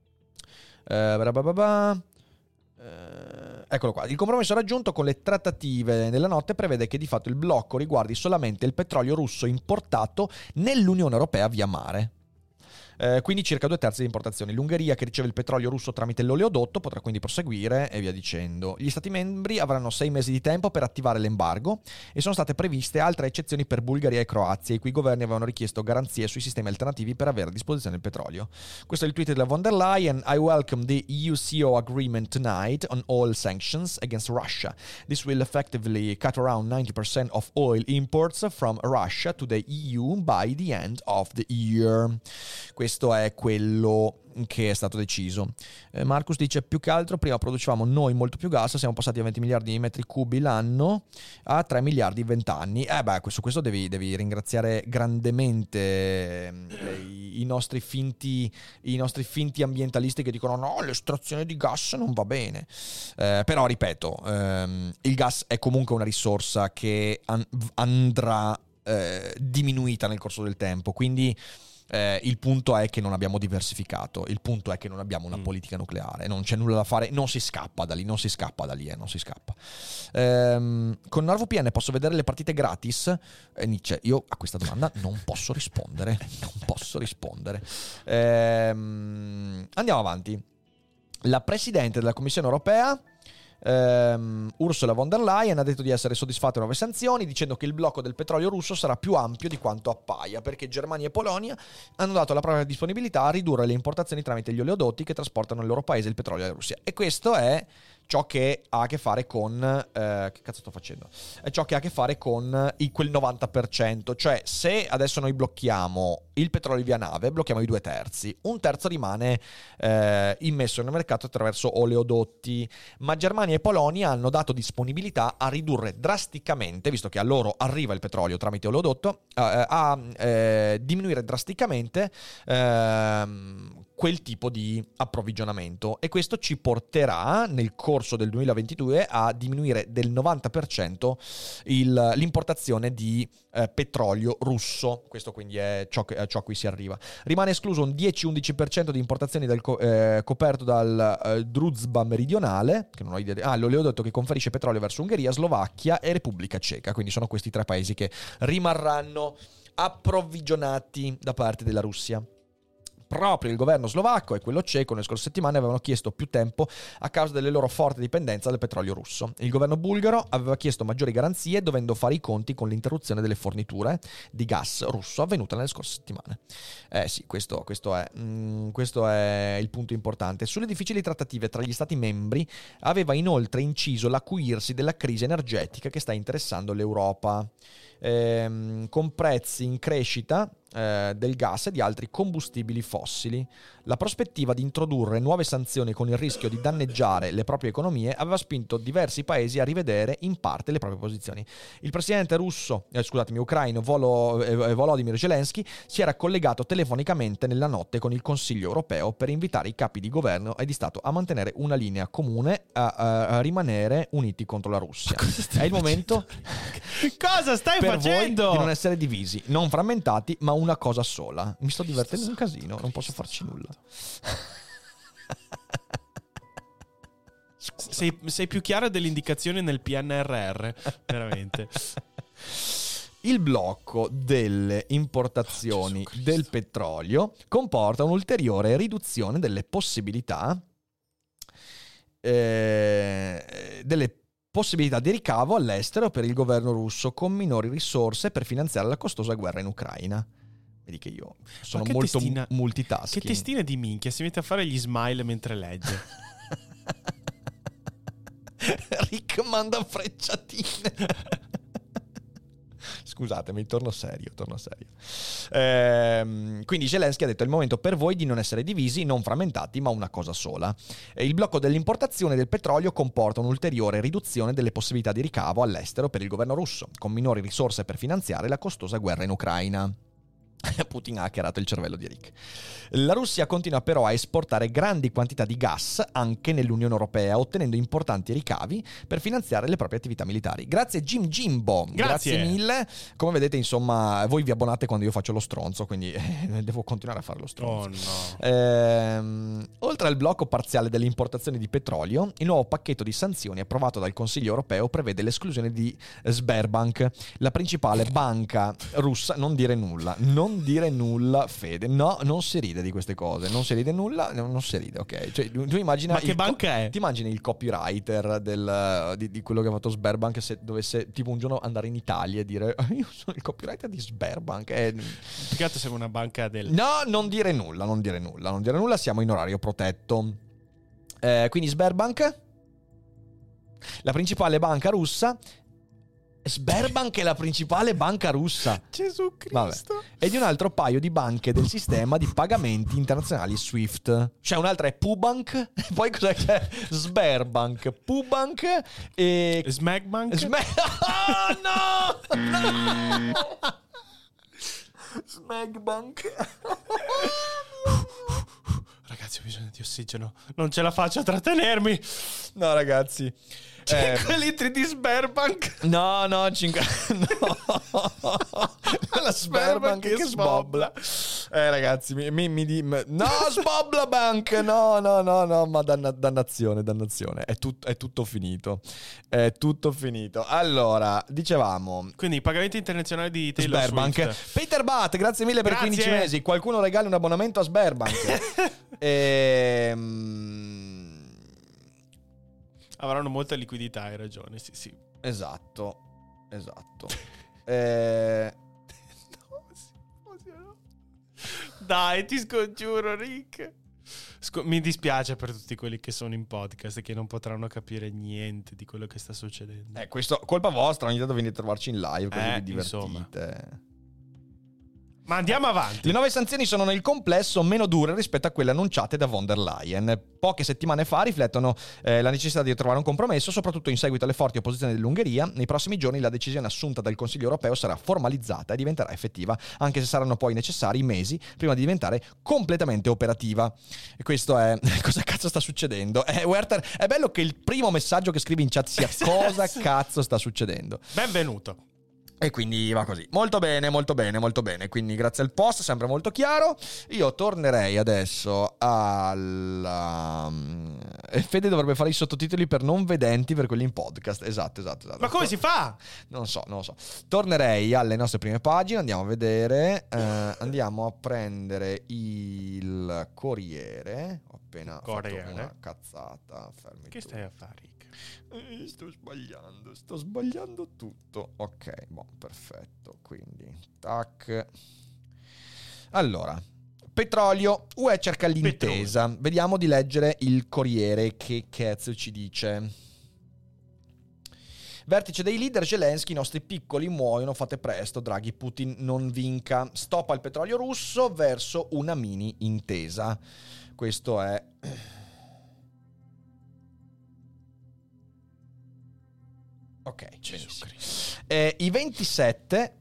Eh, uh, eccolo qua. Il compromesso raggiunto con le trattative nella notte prevede che di fatto il blocco riguardi solamente il petrolio russo importato nell'Unione Europea via mare. Eh, quindi circa due terzi di importazioni. L'Ungheria, che riceve il petrolio russo tramite l'oleodotto, potrà quindi proseguire e via dicendo. Gli Stati membri avranno sei mesi di tempo per attivare l'embargo e sono state previste altre eccezioni per Bulgaria e Croazia, i cui governi avevano richiesto garanzie sui sistemi alternativi per avere a disposizione il petrolio. Questo è il tweet della von der Leyen. I welcome the E U-C O agreement tonight on oil sanctions against Russia. This will effectively cut around ninety percent of oil imports from Russia to the E U by the end of the year. Questo è quello che è stato deciso. Eh, Marcus dice: più che altro prima producevamo noi molto più gas, siamo passati da venti miliardi di metri cubi l'anno a tre miliardi in venti anni. Eh beh, su questo devi, devi ringraziare grandemente eh, i, i nostri finti i nostri finti ambientalisti che dicono no, l'estrazione di gas non va bene. Eh, però ripeto, ehm, il gas è comunque una risorsa che an- andrà eh, diminuita nel corso del tempo, quindi Eh, il punto è che non abbiamo diversificato, il punto è che non abbiamo una mm. politica nucleare, non c'è nulla da fare, non si scappa da lì, non si scappa da lì, eh, non si scappa. Ehm, con NordVPN posso vedere le partite gratis? Eh, Nietzsche, io a questa domanda non posso rispondere, non posso rispondere. Ehm, andiamo avanti. La Presidente della Commissione Europea, Um, Ursula von der Leyen, ha detto di essere soddisfatta delle nuove sanzioni, dicendo che il blocco del petrolio russo sarà più ampio di quanto appaia, perché Germania e Polonia hanno dato la propria disponibilità a ridurre le importazioni tramite gli oleodotti che trasportano nel loro paese il petrolio alla Russia. E questo è ciò che ha a che fare con eh, che cazzo sto facendo? È ciò che ha a che fare con i, quel novanta per cento. Cioè, se adesso noi blocchiamo il petrolio via nave, blocchiamo i due terzi, un terzo rimane eh, immesso nel mercato attraverso oleodotti. Ma Germania e Polonia hanno dato disponibilità a ridurre drasticamente, visto che a loro arriva il petrolio tramite oleodotto, a, a eh, diminuire drasticamente ehm, quel tipo di approvvigionamento, e questo ci porterà nel corso del duemilaventidue a diminuire del novanta per cento il, l'importazione di eh, petrolio russo. Questo quindi è ciò, che, ciò a cui si arriva. Rimane escluso un dieci-undici per cento di importazioni del co- eh, coperto dal eh, Druzhba meridionale, che non ho idea di... ah, l'oleodotto che conferisce petrolio verso Ungheria, Slovacchia e Repubblica Ceca. Quindi sono questi tre paesi che rimarranno approvvigionati da parte della Russia. Proprio il governo slovacco e quello ceco nelle scorse settimane avevano chiesto più tempo a causa delle loro forti dipendenza dal petrolio russo. Il governo bulgaro aveva chiesto maggiori garanzie, dovendo fare i conti con l'interruzione delle forniture di gas russo avvenuta nelle scorse settimane. Eh sì, questo, questo, è, mm, questo è il punto importante. Sulle difficili trattative tra gli stati membri aveva inoltre inciso l'acuirsi della crisi energetica che sta interessando l'Europa, ehm, con prezzi in crescita eh, del gas e di altri combustibili fossili. La prospettiva di introdurre nuove sanzioni con il rischio di danneggiare le proprie economie aveva spinto diversi paesi a rivedere in parte le proprie posizioni. Il presidente russo, eh, scusatemi, ucraino Volo, eh, Volodymyr Zelensky si era collegato telefonicamente nella notte con il Consiglio europeo per invitare i capi di governo e di Stato a mantenere una linea comune, a, a, a rimanere uniti contro la Russia. È il momento cosa stai per facendo? voi di non essere divisi, non frammentati, ma una cosa sola. Mi sto divertendo un casino, non posso farci nulla. Sei, sei più chiaro delle indicazioni nel P N R R, veramente. Il blocco delle importazioni oh, del petrolio comporta un'ulteriore riduzione delle possibilità eh, delle possibilità di ricavo all'estero per il governo russo, con minori risorse per finanziare la costosa guerra in Ucraina. Vedi che io sono molto testina, multitasking. Che testina di minchia, si mette a fare gli smile mentre legge. Rick manda frecciatine. Scusatemi, torno serio, torno serio. Ehm, quindi Zelensky ha detto: è il momento per voi di non essere divisi, non frammentati, ma una cosa sola. E il blocco dell'importazione del petrolio comporta un'ulteriore riduzione delle possibilità di ricavo all'estero per il governo russo, con minori risorse per finanziare la costosa guerra in Ucraina. Putin ha hackerato il cervello di Rick. La Russia continua però a esportare grandi quantità di gas anche nell'Unione Europea, ottenendo importanti ricavi per finanziare le proprie attività militari. Grazie Jim Jimbo, grazie, grazie mille. Come vedete, insomma, voi vi abbonate quando io faccio lo stronzo, quindi eh, devo continuare a fare lo stronzo. Oh no. Ehm, oltre al blocco parziale delle importazioni di petrolio, il nuovo pacchetto di sanzioni approvato dal Consiglio Europeo prevede l'esclusione di Sberbank, la principale banca russa. Non dire nulla, non dire nulla, Fede. No, non si ride di queste cose. Non si ride nulla, non si ride, ok? Cioè, tu, tu immagina. Ma che banca co- è? Ti immagini il copywriter del, di, di quello che ha fatto Sberbank, se dovesse tipo un giorno andare in Italia e dire: io sono il copywriter di Sberbank. È... Più che altro siamo una banca del. No, non dire nulla, non dire nulla, non dire nulla. Siamo in orario protetto. Eh, quindi Sberbank, la principale banca russa. Sberbank è la principale banca russa. Gesù Cristo. Vabbè. E di un altro paio di banche del sistema di pagamenti internazionali SWIFT. C'è un'altra è Pubank. E poi cos'è che è? Sberbank, Pubank e Smegbank. Sme- oh no! No! Smegbank. Ragazzi, ho bisogno di ossigeno. Non ce la faccio a trattenermi. No, ragazzi. cinque eh, litri di Sberbank. No, no, cinque no. La Sberbank che, che sbobla. Eh, ragazzi, mi, mi, mi di... No, sbobla bank. No, no, no, no, ma danna, dannazione, dannazione. È, tut, è tutto finito. È tutto finito. Allora, dicevamo. Quindi, pagamenti internazionali di Taylor Sberbank. Swift. Peter Butt, grazie mille per grazie. quindici mesi. Qualcuno regala un abbonamento a Sberbank. Ehm... Avranno molta liquidità, hai ragione, sì, sì. Esatto, esatto. eh... no, no. Dai, ti scongiuro, Rick. Scu- mi dispiace per tutti quelli che sono in podcast e che non potranno capire niente di quello che sta succedendo. Eh, questo colpa vostra, ogni tanto venite a trovarci in live, così Eh, vi divertite. insomma. Ma andiamo avanti. Le nuove sanzioni sono nel complesso meno dure rispetto a quelle annunciate da von der Leyen. Poche settimane fa riflettono eh, la necessità di trovare un compromesso, soprattutto in seguito alle forti opposizioni dell'Ungheria. Nei prossimi giorni la decisione assunta dal Consiglio europeo sarà formalizzata e diventerà effettiva, anche se saranno poi necessari mesi prima di diventare completamente operativa. E questo è... cosa cazzo sta succedendo? Eh, Werther, è bello che il primo messaggio che scrivi in chat sia cosa cazzo sta succedendo. Benvenuto. E quindi va così. Molto bene, molto bene, molto bene. Quindi grazie al post, sempre molto chiaro. Io tornerei adesso al... Fede dovrebbe fare i sottotitoli per non vedenti per quelli in podcast. Esatto, esatto, esatto. Ma come si fa? Non so, non lo so. Tornerei alle nostre prime pagine, andiamo a vedere. Eh, andiamo a prendere il Corriere. Ho appena Corriere. fatto una cazzata. Fermi Che tu. stai a fare, Rick? Eh, sto sbagliando, sto sbagliando tutto. Ok, boh, perfetto. Quindi, tac. Allora, petrolio, U E cerca l'intesa. Petrolio. Vediamo di leggere il Corriere che cazzo ci dice. Vertice dei leader Zelensky, i nostri piccoli muoiono, fate presto, Draghi, Putin non vinca. Stop al petrolio russo verso una mini intesa. Questo è... Ok, Gesù benissimo. Cristo. Eh, I ventisette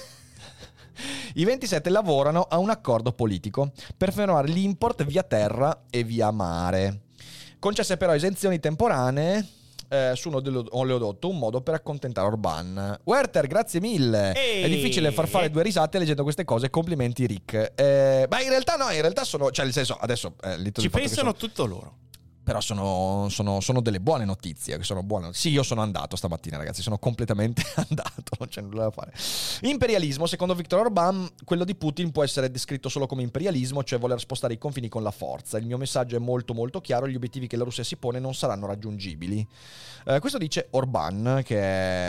I ventisette lavorano a un accordo politico per fermare l'import via terra e via mare. Concesse però esenzioni temporanee eh, su un oleodotto, un modo per accontentare Orban. Werther, grazie mille. Ehi. È difficile far fare due risate leggendo queste cose. Complimenti, Rick. Eh, ma in realtà no, in realtà sono, cioè nel senso, adesso eh, lì Ci pensano tutto loro. Però sono, sono, sono delle buone notizie, che sono buone. Sì, io sono andato stamattina, ragazzi, sono completamente andato, non c'è nulla da fare. Imperialismo, secondo Viktor Orban, quello di Putin può essere descritto solo come imperialismo, cioè voler spostare i confini con la forza. Il mio messaggio è molto molto chiaro, gli obiettivi che la Russia si pone non saranno raggiungibili. Eh, questo dice Orban, che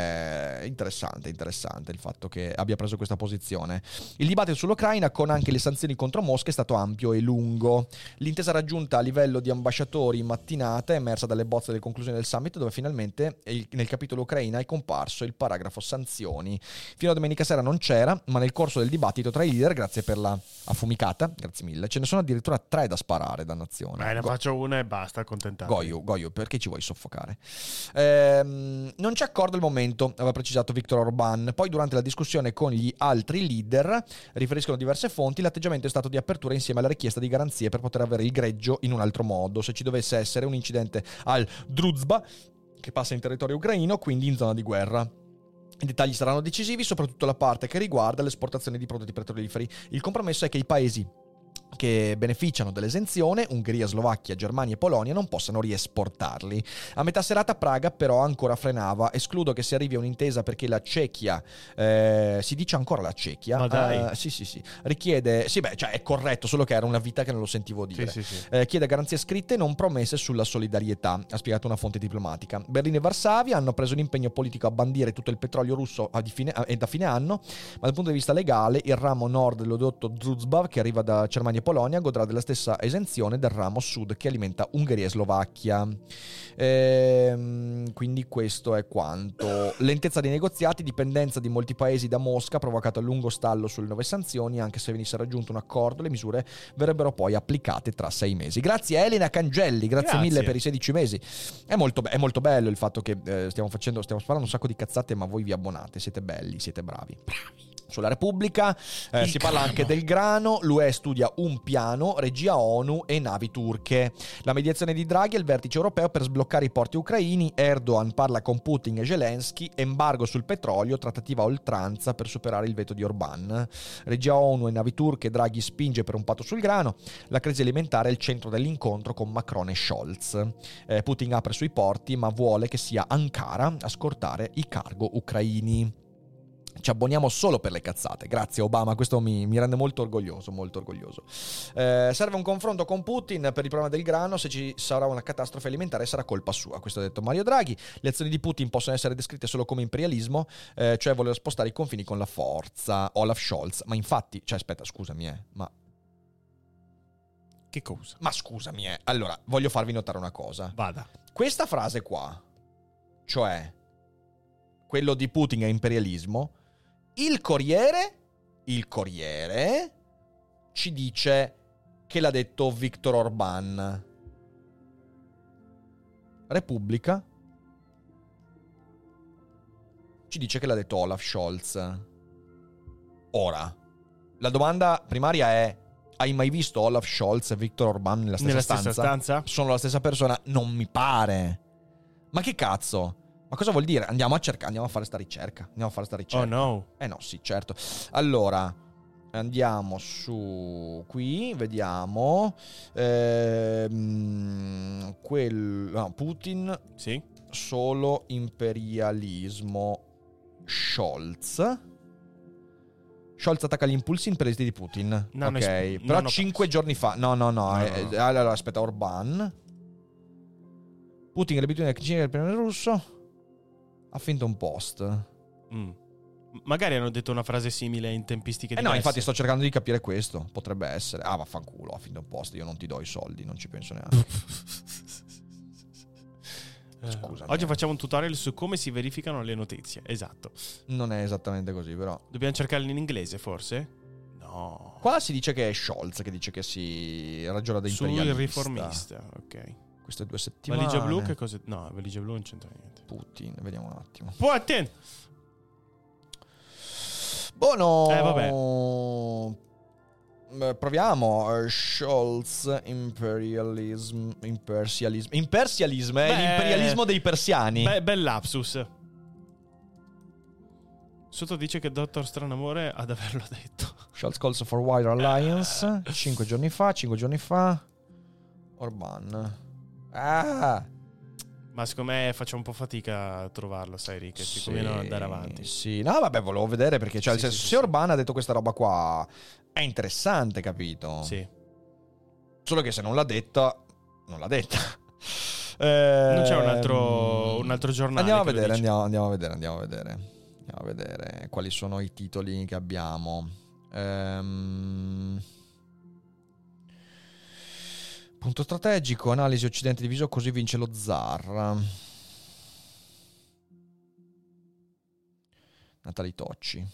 è interessante, interessante il fatto che abbia preso questa posizione. Il dibattito sull'Ucraina, con anche le sanzioni contro Mosca, è stato ampio e lungo. L'intesa raggiunta a livello di ambasciatori in mattinata è emersa dalle bozze delle conclusioni del summit, dove finalmente nel capitolo Ucraina è comparso il paragrafo sanzioni. Fino a domenica sera non c'era, ma nel corso del dibattito tra i leader, grazie per la affumicata, grazie mille, ce ne sono addirittura tre da sparare, dannazione. Beh, ne Go- faccio una e basta, accontentato. Goyo, Goyo, perché ci vuoi soffocare? Ehm, non c'è accordo al momento, aveva precisato Viktor Orban. Poi durante la discussione con gli altri leader, riferiscono diverse fonti, l'atteggiamento è stato di apertura insieme alla richiesta di garanzie per poter avere il greggio in un altro modo, se ci dovesse essere un incidente al Druzhba, che passa in territorio ucraino, quindi in zona di guerra. I dettagli saranno decisivi, soprattutto la parte che riguarda l'esportazione di prodotti petroliferi. Il compromesso è che i paesi che beneficiano dell'esenzione, Ungheria, Slovacchia, Germania e Polonia, non possano riesportarli. A metà serata Praga però ancora frenava. Escludo che si arrivi a un'intesa perché la Cechia, eh, si dice ancora la Cechia, Ma dai. eh, sì sì sì, richiede, sì beh, cioè è corretto, solo che era una vita che non lo sentivo dire. Sì, sì, sì. Eh, chiede garanzie scritte e non promesse sulla solidarietà, ha spiegato una fonte diplomatica. Berlino e Varsavia hanno preso l'impegno politico a bandire tutto il petrolio russo a di fine, a, da fine anno, ma dal punto di vista legale il ramo nord dell'odotto Druzhba, che arriva da Germania e Polonia, godrà della stessa esenzione del ramo sud che alimenta Ungheria e Slovacchia. Ehm, quindi questo è quanto. Lentezza dei negoziati, dipendenza di molti paesi da Mosca ha provocato a lungo stallo sulle nuove sanzioni. Anche se venisse raggiunto un accordo, le misure verrebbero poi applicate tra sei mesi. Grazie a Elena Cangelli, grazie, Grazie. mille per i sedici mesi. È molto, be- è molto bello il fatto che eh, stiamo facendo, stiamo sparando un sacco di cazzate, ma voi vi abbonate, siete belli, siete bravi. Bravi. Sulla Repubblica eh, si parla anche del grano, l'U E studia un piano, regia ONU e navi turche. La mediazione di Draghi al vertice europeo per sbloccare i porti ucraini, Erdogan parla con Putin e Zelensky, embargo sul petrolio, trattativa a oltranza per superare il veto di Orban. Regia ONU e navi turche, Draghi spinge per un patto sul grano, la crisi alimentare è il centro dell'incontro con Macron e Scholz. Eh, Putin apre sui porti ma vuole che sia Ankara a scortare i cargo ucraini. Ci abboniamo solo per le cazzate. Grazie Obama, questo mi, mi rende molto orgoglioso, molto orgoglioso. Eh, serve un confronto con Putin per il problema del grano. Se ci sarà una catastrofe alimentare sarà colpa sua. Questo ha detto Mario Draghi. Le azioni di Putin possono essere descritte solo come imperialismo, eh, cioè voler spostare i confini con la forza. Olaf Scholz. Ma infatti, cioè aspetta, scusami, eh, ma Che cosa? Ma scusami, eh. Allora, voglio farvi notare una cosa. Vada. Questa frase qua, cioè quello di Putin e imperialismo, il Corriere, il Corriere ci dice che l'ha detto Viktor Orbán. Repubblica ci dice che l'ha detto Olaf Scholz. Ora, la domanda primaria è: hai mai visto Olaf Scholz e Viktor Orbán nella stessa Nella stanza? stessa stanza? Sono la stessa persona? Non mi pare. Ma che cazzo? Ma cosa vuol dire? Andiamo a cercare, andiamo a fare sta ricerca. Andiamo a fare sta ricerca. Oh no. Eh no, sì, certo. Allora, andiamo su qui, vediamo. Ehm, quel, no, Putin, Sì. solo imperialismo. Scholz. Scholz attacca gli impulsi imperialisti di Putin. No, ok, no, però no, cinque no. giorni fa. No, no, no. No, eh, no, no. eh, allora, aspetta, Orbán. Putin, le abitudini del Cina del premier russo. Ha finto un post. Mm. Magari hanno detto una frase simile in tempistiche Eh diverse. no, infatti sto cercando di capire questo. Potrebbe essere. Ah, vaffanculo, ha finto un post. Io non ti do i soldi, non ci penso neanche. Scusami. Oggi facciamo un tutorial su come si verificano le notizie. Esatto. Non è esattamente così, però. Dobbiamo cercarle in inglese, forse? No. Qua si dice che è Scholz che dice che si ragiona da Sul imperialista. riformista, ok. Queste due settimane. Valigia blu, che cosa? No, valigia blu non c'entra niente. Putin, vediamo un attimo. Putin! Buono. Eh, vabbè. Eh, Proviamo. Eh, Scholz, imperialism. Impersialism. Impersialism è Beh, l'imperialismo dei persiani. Beh, bel lapsus. Sotto dice che Dottor Stranamore ad averlo detto. Scholz calls for wider alliance. Cinque giorni fa, cinque giorni fa. Orbán. Ah. Ma secondo me faccio un po' fatica a trovarlo, sai Rick, ci Sì, conviene andare avanti. Sì, no, vabbè, volevo vedere perché, cioè, Sì, nel senso, sì, se sì, Orbán ha detto questa roba qua, è interessante, capito? Sì. Solo che se non l'ha detta, non l'ha detta. Non c'è un altro, un altro giornale Andiamo a che lo vedere, dice. andiamo, andiamo a vedere, andiamo a vedere. Andiamo a vedere quali sono i titoli che abbiamo. Ehm... Punto strategico, analisi Occidente diviso, così vince lo zar. Natali Tocci.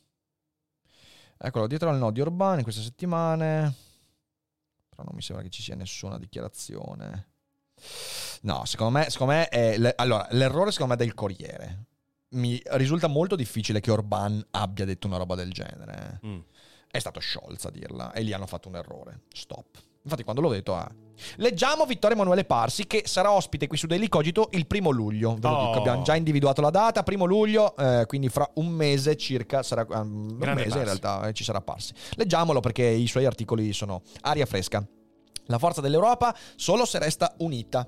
Eccolo, dietro al no di Orbán in queste settimane. Però non mi sembra che ci sia nessuna dichiarazione. No, secondo me, secondo me è... Le... Allora, l'errore secondo me è del Corriere. Mi risulta molto difficile che Orbán abbia detto una roba del genere. Mm. È stato Scholz a dirla e lì hanno fatto un errore. Stop. Infatti quando l'ho detto, ah. Leggiamo Vittorio Emanuele Parsi che sarà ospite qui su Daily Cogito il primo luglio. Ve lo Oh. dico, abbiamo già individuato la data, primo luglio, eh, quindi fra un mese circa sarà um, un Grande mese Parsi. in realtà eh, ci sarà Parsi. Leggiamolo perché i suoi articoli sono aria fresca. La forza dell'Europa solo se resta unita.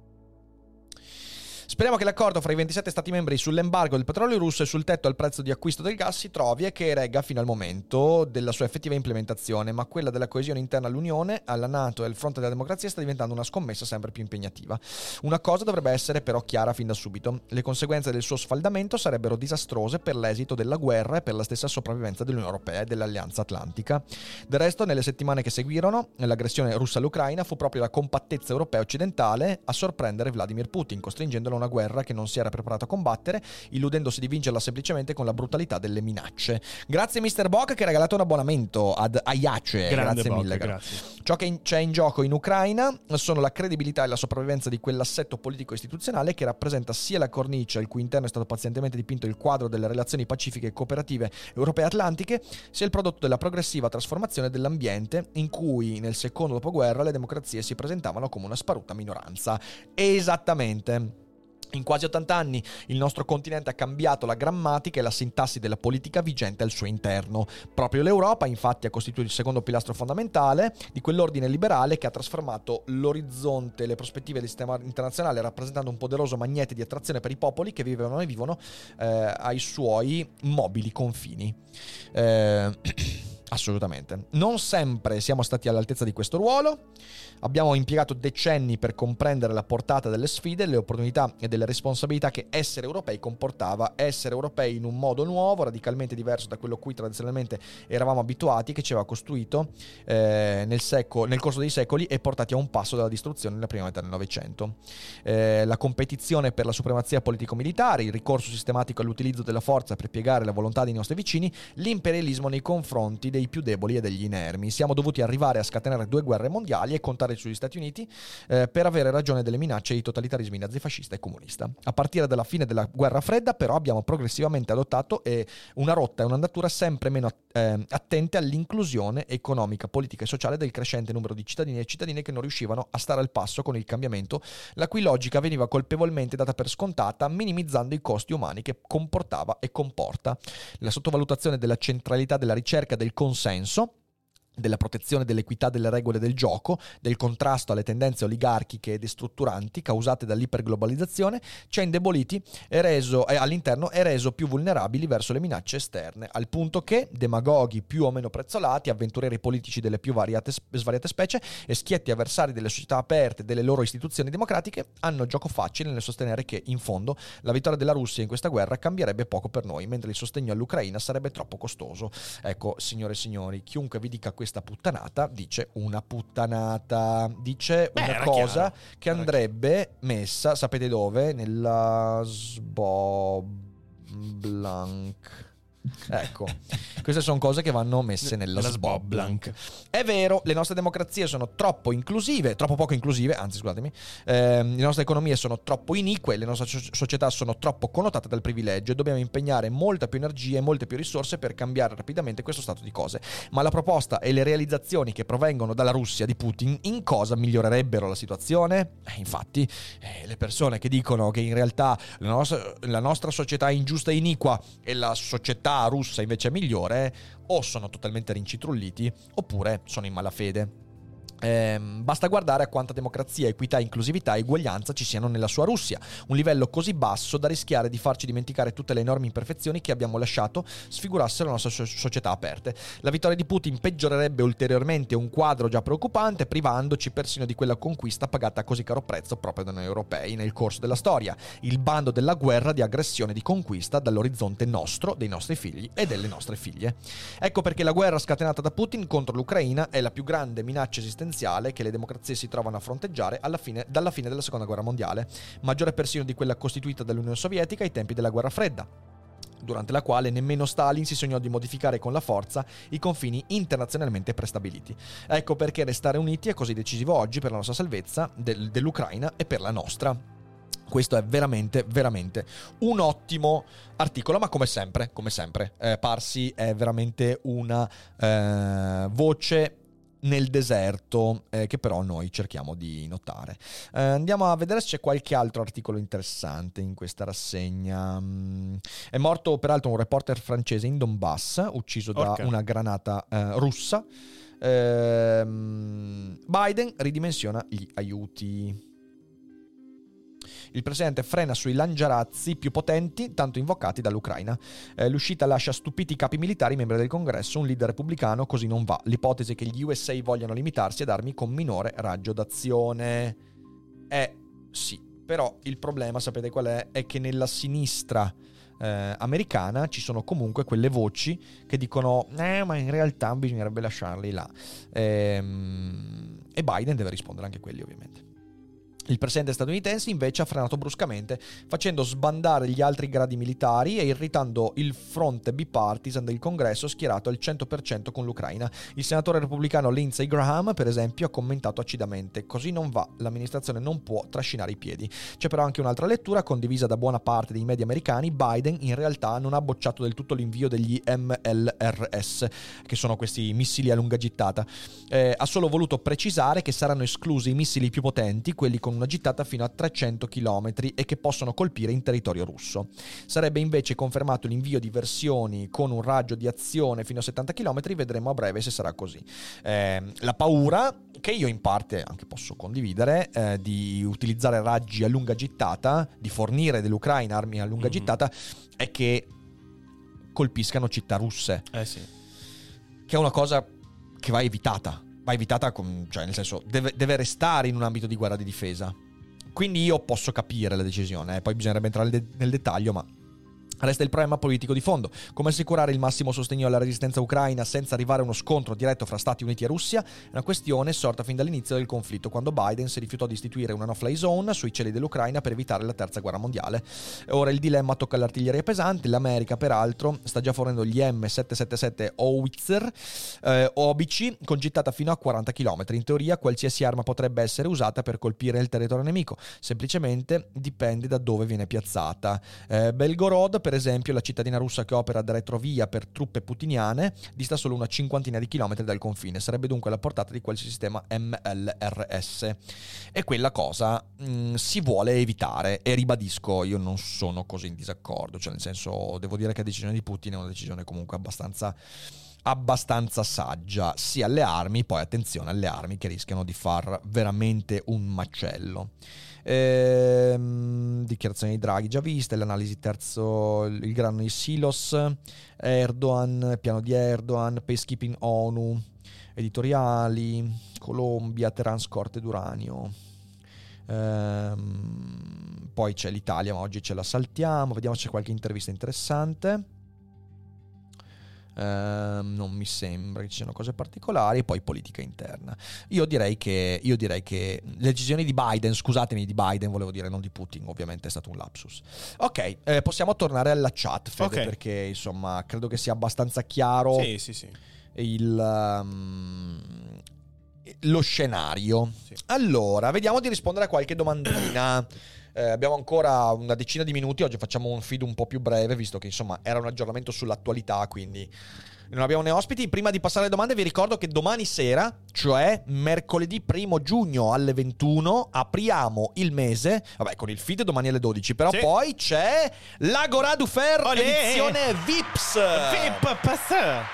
Speriamo che l'accordo fra i ventisette Stati membri sull'embargo del petrolio russo e sul tetto al prezzo di acquisto del gas si trovi e che regga fino al momento della sua effettiva implementazione, ma quella della coesione interna all'Unione, alla NATO e al fronte della democrazia sta diventando una scommessa sempre più impegnativa. Una cosa dovrebbe essere però chiara fin da subito: le conseguenze del suo sfaldamento sarebbero disastrose per l'esito della guerra e per la stessa sopravvivenza dell'Unione Europea e dell'Alleanza Atlantica. Del resto, nelle settimane che seguirono l'aggressione russa all'Ucraina fu proprio la compattezza europea occidentale a sorprendere Vladimir Putin, costringendolo a una guerra che non si era preparato a combattere, illudendosi di vincerla semplicemente con la brutalità delle minacce. Grazie mister Bock che ha regalato un abbonamento ad Aiace. Grande Grazie Bock, mille. grazie. Ciò che in- c'è in gioco in Ucraina sono la credibilità e la sopravvivenza di quell'assetto politico-istituzionale che rappresenta sia la cornice al cui interno è stato pazientemente dipinto il quadro delle relazioni pacifiche e cooperative europee atlantiche, sia il prodotto della progressiva trasformazione dell'ambiente in cui nel secondo dopoguerra le democrazie si presentavano come una sparuta minoranza. Esattamente. In quasi ottanta anni il nostro continente ha cambiato la grammatica e la sintassi della politica vigente al suo interno. Proprio l'Europa, infatti, ha costituito il secondo pilastro fondamentale di quell'ordine liberale che ha trasformato l'orizzonte e le prospettive del sistema internazionale, rappresentando un poderoso magnete di attrazione per i popoli che vivevano e vivono eh, ai suoi mobili confini. Eh... Assolutamente. Non sempre siamo stati all'altezza di questo ruolo. Abbiamo impiegato decenni per comprendere la portata delle sfide, le opportunità e delle responsabilità che essere europei comportava. Essere europei in un modo nuovo, radicalmente diverso da quello a cui tradizionalmente eravamo abituati, che ci aveva costruito eh, nel, seco- nel corso dei secoli e portati a un passo dalla distruzione nella prima metà del Novecento. Eh, la competizione per la supremazia politico-militare, il ricorso sistematico all'utilizzo della forza per piegare la volontà dei nostri vicini, l'imperialismo nei confronti dei più deboli e degli inermi. Siamo dovuti arrivare a scatenare due guerre mondiali e contare sugli Stati Uniti eh, per avere ragione delle minacce di totalitarismi nazifascista e comunista. A partire dalla fine della guerra fredda, però, abbiamo progressivamente adottato eh, una rotta e un'andatura sempre meno eh, attente all'inclusione economica, politica e sociale del crescente numero di cittadini e cittadine che non riuscivano a stare al passo con il cambiamento, la cui logica veniva colpevolmente data per scontata, minimizzando i costi umani che comportava e comporta. La sottovalutazione della centralità della ricerca del consenso, della protezione dell'equità delle regole del gioco, del contrasto alle tendenze oligarchiche e destrutturanti causate dall'iperglobalizzazione, ci ha indeboliti e reso, eh, all'interno e reso più vulnerabili verso le minacce esterne, al punto che demagoghi più o meno prezzolati, avventurieri politici delle più variate, svariate specie e schietti avversari delle società aperte e delle loro istituzioni democratiche hanno gioco facile nel sostenere che, in fondo, la vittoria della Russia in questa guerra cambierebbe poco per noi, mentre il sostegno all'Ucraina sarebbe troppo costoso. Ecco, signore e signori, chiunque vi dica questa puttanata dice una puttanata, dice Beh, una era cosa chiaro. che andrebbe messa, sapete dove? Nella Sbob Blank. Ecco, queste sono cose che vanno messe nella, Nella Sbob Sbob Blank. Blank. È vero, le nostre democrazie sono troppo inclusive, troppo poco inclusive, anzi scusatemi, ehm, le nostre economie sono troppo inique, le nostre so- società sono troppo connotate dal privilegio e dobbiamo impegnare molta più energia e molte più risorse per cambiare rapidamente questo stato di cose. Ma la proposta e le realizzazioni che provengono dalla Russia di Putin in cosa migliorerebbero la situazione? Eh, infatti, eh, le persone che dicono che in realtà la nostra, la nostra società è ingiusta e iniqua e la società russa invece è migliore, o sono totalmente rincitrulliti oppure sono in malafede. Eh, basta guardare a quanta democrazia, equità, inclusività e uguaglianza ci siano nella sua Russia, un livello così basso da rischiare di farci dimenticare tutte le enormi imperfezioni che abbiamo lasciato sfigurassero la nostra so- società aperte. La vittoria di Putin peggiorerebbe ulteriormente un quadro già preoccupante, privandoci persino di quella conquista pagata a così caro prezzo proprio da noi europei nel corso della storia, il bando della guerra di aggressione e di conquista dall'orizzonte nostro, dei nostri figli e delle nostre figlie. Ecco perché la guerra scatenata da Putin contro l'Ucraina è la più grande minaccia esistenziale che le democrazie si trovano a fronteggiare alla fine, dalla fine della seconda guerra mondiale, maggiore persino di quella costituita dall'Unione Sovietica ai tempi della guerra fredda, durante la quale nemmeno Stalin si sognò di modificare con la forza i confini internazionalmente prestabiliti. Ecco perché restare uniti è così decisivo oggi per la nostra salvezza, del, dell'Ucraina e per la nostra. Questo è veramente, veramente un ottimo articolo, ma come sempre, come sempre, eh, Parsi è veramente una eh, voce nel deserto, eh, che però noi cerchiamo di notare. Eh, andiamo a vedere se c'è qualche altro articolo interessante in questa rassegna. Mm, è morto peraltro un reporter francese in Donbass, ucciso da Orca. una granata eh, russa. Eh, Biden ridimensiona gli aiuti. Il presidente frena sui lanciarazzi più potenti, tanto invocati dall'Ucraina. Eh, l'uscita lascia stupiti i capi militari, membri del Congresso, un leader repubblicano, così non va. L'ipotesi che gli U S A vogliano limitarsi ad armi con minore raggio d'azione. Eh, sì, però il problema, sapete qual è? È che nella sinistra eh, americana ci sono comunque quelle voci che dicono eh, ma in realtà bisognerebbe lasciarli là. Ehm, e Biden deve rispondere anche a quelli, ovviamente. Il presidente statunitense invece ha frenato bruscamente, facendo sbandare gli altri gradi militari e irritando il fronte bipartisan del Congresso schierato al cento per cento con l'Ucraina. Il senatore repubblicano Lindsey Graham, per esempio, ha commentato acidamente: così non va, l'amministrazione non può trascinare i piedi. C'è però anche un'altra lettura, condivisa da buona parte dei media americani. Biden in realtà non ha bocciato del tutto l'invio degli M L R S, che sono questi missili a lunga gittata. Eh, ha solo voluto precisare che saranno esclusi i missili più potenti, quelli con una gittata fino a trecento chilometri e che possono colpire in territorio russo. Sarebbe invece confermato l'invio di versioni con un raggio di azione fino a settanta chilometri, vedremo a breve se sarà così. Eh, la paura, che io in parte anche posso condividere, eh, di utilizzare raggi a lunga gittata, di fornire dell'Ucraina armi a lunga mm-hmm. gittata, è che colpiscano città russe. Eh sì. che è una cosa che va evitata. Va evitata, con, cioè nel senso, deve, deve restare in un ambito di guerra di difesa. Quindi io posso capire la decisione, eh. Poi bisognerebbe entrare nel, de- nel dettaglio, ma resta il problema politico di fondo. Come assicurare il massimo sostegno alla resistenza ucraina senza arrivare a uno scontro diretto fra Stati Uniti e Russia? È una questione sorta fin dall'inizio del conflitto, quando Biden si rifiutò di istituire una no-fly zone sui cieli dell'Ucraina per evitare la terza guerra mondiale. Ora il dilemma tocca all'artiglieria pesante. L'America, peraltro, sta già fornendo gli M settecentosettantasette Howitzer eh, obici con gittata fino a quaranta chilometri. In teoria qualsiasi arma potrebbe essere usata per colpire il territorio nemico, semplicemente dipende da dove viene piazzata. Eh, Belgorod, per esempio, la cittadina russa che opera da retrovia per truppe putiniane, dista solo una cinquantina di chilometri dal confine, sarebbe dunque alla portata di qualsiasi sistema M L R S. E quella cosa mh, si vuole evitare, e ribadisco, io non sono così in disaccordo, cioè nel senso, devo dire che la decisione di Putin è una decisione comunque abbastanza abbastanza saggia, sia alle armi, poi attenzione alle armi che rischiano di far veramente un macello. Ehm, dichiarazione di Draghi già viste, l'analisi terzo, il grano di Silos, Erdogan, piano di Erdogan, peacekeeping ONU, editoriali, Colombia, Teheran scorte d'uranio. Ehm, poi c'è l'Italia, ma oggi ce la saltiamo, vediamo se c'è qualche intervista interessante. Uh, non mi sembra che ci siano cose particolari. E poi politica interna. Io direi che Io direi che le decisioni di Biden, scusatemi, di Biden volevo dire, non di Putin, ovviamente è stato un lapsus. Ok, eh, possiamo tornare alla chat, Fede, okay. Perché insomma credo che sia abbastanza chiaro. Sì, sì, sì. Il um, lo scenario. Sì. Allora, vediamo di rispondere a qualche domandina. Eh, abbiamo ancora una decina di minuti. Oggi facciamo un feed un po' più breve, visto che insomma era un aggiornamento sull'attualità, quindi non abbiamo né ospiti. Prima di passare alle domande vi ricordo che domani sera, cioè mercoledì primo giugno alle ventuno, apriamo il mese, vabbè, con il feed domani alle dodici, però sì. Poi c'è l'Agora du Fer edizione Vips Vip Passer.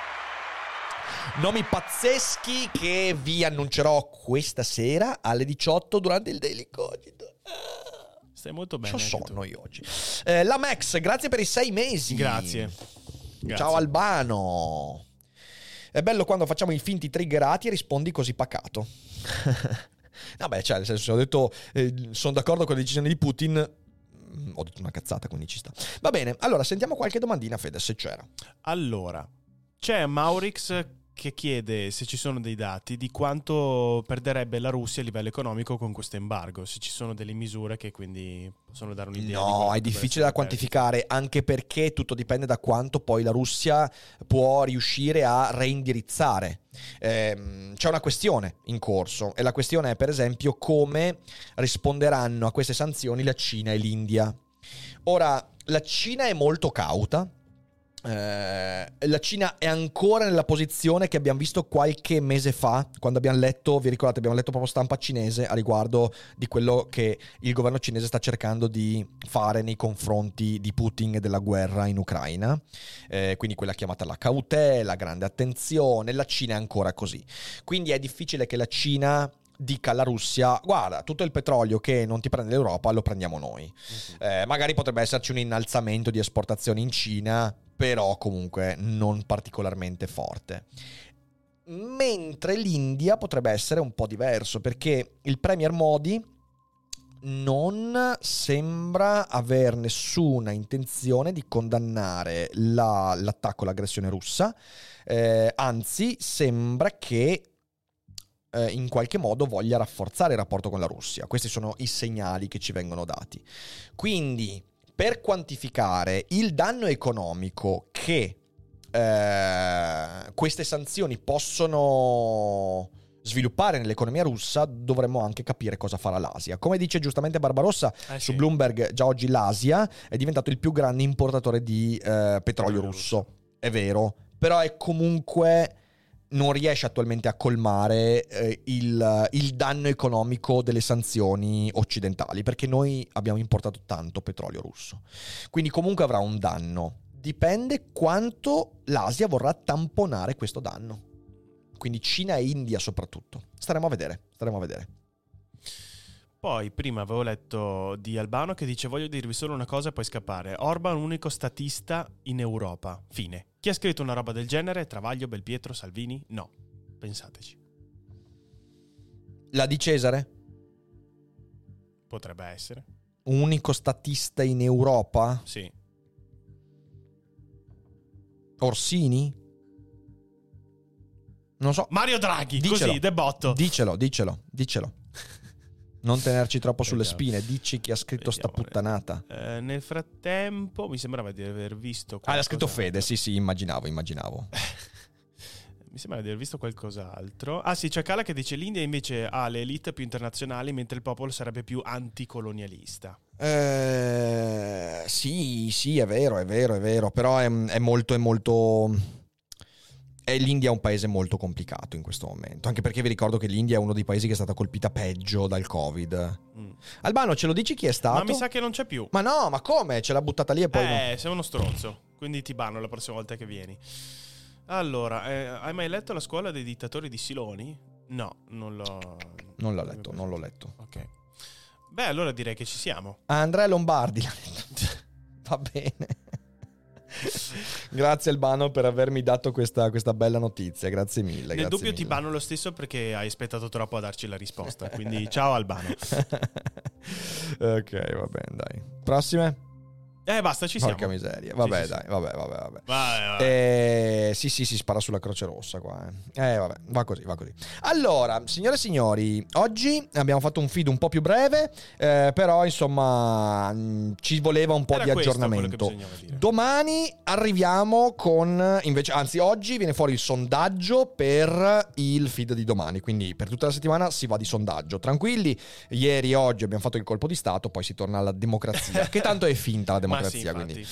Nomi pazzeschi che vi annuncerò questa sera alle diciotto durante il Daily Cogito. Stai molto bene. C'ho sonno io oggi. Eh, la Max, grazie per i sei mesi. Grazie. Grazie. Ciao Albano. È bello quando facciamo i finti triggerati e rispondi così pacato. Vabbè, cioè, nel senso, ho detto, eh, sono d'accordo con le decisioni di Putin. Ho detto una cazzata, quindi ci sta. Va bene, allora sentiamo qualche domandina, Fede, se c'era. Allora, c'è Maurix che chiede se ci sono dei dati di quanto perderebbe la Russia a livello economico con questo embargo, se ci sono delle misure che quindi possono dare un'idea. No, è difficile da quantificare, anche perché tutto dipende da quanto poi la Russia può riuscire a reindirizzare. Eh, c'è una questione in corso, e la questione è, per esempio, come risponderanno a queste sanzioni la Cina e l'India. Ora, la Cina è molto cauta. Eh, la Cina è ancora nella posizione che abbiamo visto qualche mese fa, quando abbiamo letto, vi ricordate, abbiamo letto proprio stampa cinese a riguardo di quello che il governo cinese sta cercando di fare nei confronti di Putin e della guerra in Ucraina, eh, quindi quella chiamata la cautela, grande attenzione. La Cina è ancora così, quindi è difficile che la Cina dica alla Russia: guarda, tutto il petrolio che non ti prende l'Europa lo prendiamo noi. Uh-huh. eh, magari potrebbe esserci un innalzamento di esportazioni in Cina, però comunque non particolarmente forte. Mentre l'India potrebbe essere un po' diverso, perché il premier Modi non sembra aver nessuna intenzione di condannare la, l'attacco, l'aggressione russa, eh, anzi sembra che eh, in qualche modo voglia rafforzare il rapporto con la Russia. Questi sono i segnali che ci vengono dati. Quindi, per quantificare il danno economico che eh, queste sanzioni possono sviluppare nell'economia russa, dovremmo anche capire cosa farà l'Asia. Come dice giustamente Barbarossa eh su sì. Bloomberg, già oggi l'Asia è diventato il più grande importatore di eh, petrolio russo. È vero, però è comunque non riesce attualmente a colmare eh, il, il danno economico delle sanzioni occidentali, perché noi abbiamo importato tanto petrolio russo. Quindi comunque avrà un danno. Dipende quanto l'Asia vorrà tamponare questo danno. Quindi Cina e India soprattutto. Staremo a vedere, staremo a vedere. Poi prima avevo letto di Albano che dice: voglio dirvi solo una cosa e poi scappare. Orban unico statista in Europa. Fine. Chi ha scritto una roba del genere? Travaglio, Belpietro, Salvini? No, pensateci. La di Cesare? Potrebbe essere. Unico statista in Europa? Sì. Orsini? Non so. Mario Draghi, Dicelo. così, debotto. Dicelo, dicelo, dicelo. Non tenerci troppo sulle Vediamo. spine. Dici chi ha scritto sta Vediamo. puttanata. Eh, nel frattempo mi sembrava di aver visto Ah, l'ha scritto qualcos'altro. Fede, sì sì, immaginavo, immaginavo. Mi sembra di aver visto qualcos'altro. Ah sì, c'è Cala che dice l'India invece ha le elite più internazionali mentre il popolo sarebbe più anticolonialista. Eh, sì, sì, è vero, è vero, è vero. Però è, è molto, è molto... E l'India è un paese molto complicato in questo momento, anche perché vi ricordo che l'India è uno dei paesi che è stata colpita peggio dal Covid. Mm. Albano, ce lo dici chi è stato? Ma mi sa che non c'è più. Ma no, ma come? Ce l'ha buttata lì e poi... Eh, sei uno stronzo. Quindi ti banno la prossima volta che vieni. Allora, eh, hai mai letto La scuola dei dittatori di Siloni? No, non l'ho... Non l'ho letto, non l'ho letto. Ok. Beh, allora direi che ci siamo. Ah, Andrea Lombardi l'ha detto. Va bene. Grazie Albano per avermi dato questa, questa bella notizia, grazie mille. Nel grazie dubbio mille. ti banno lo stesso perché hai aspettato troppo a darci la risposta. Quindi ciao Albano. Ok, va bene, dai. Prossime? Eh, basta, ci siamo. Porca miseria. Vabbè, Sì, sì, dai, vabbè, vabbè, vabbè. Vai, vai. Eh, sì, sì, si spara sulla Croce Rossa qua. Eh. eh, vabbè, va così, va così. Allora, signore e signori, oggi abbiamo fatto un feed un po' più breve, eh, però insomma mh, ci voleva un po' Era di questo aggiornamento. quello che bisognava dire. Domani arriviamo con, invece, anzi oggi viene fuori il sondaggio per il feed di domani, quindi per tutta la settimana si va di sondaggio. Tranquilli, ieri e oggi abbiamo fatto il colpo di stato, poi si torna alla democrazia, che tanto è finta la democrazia, Ma sì, quindi. infatti.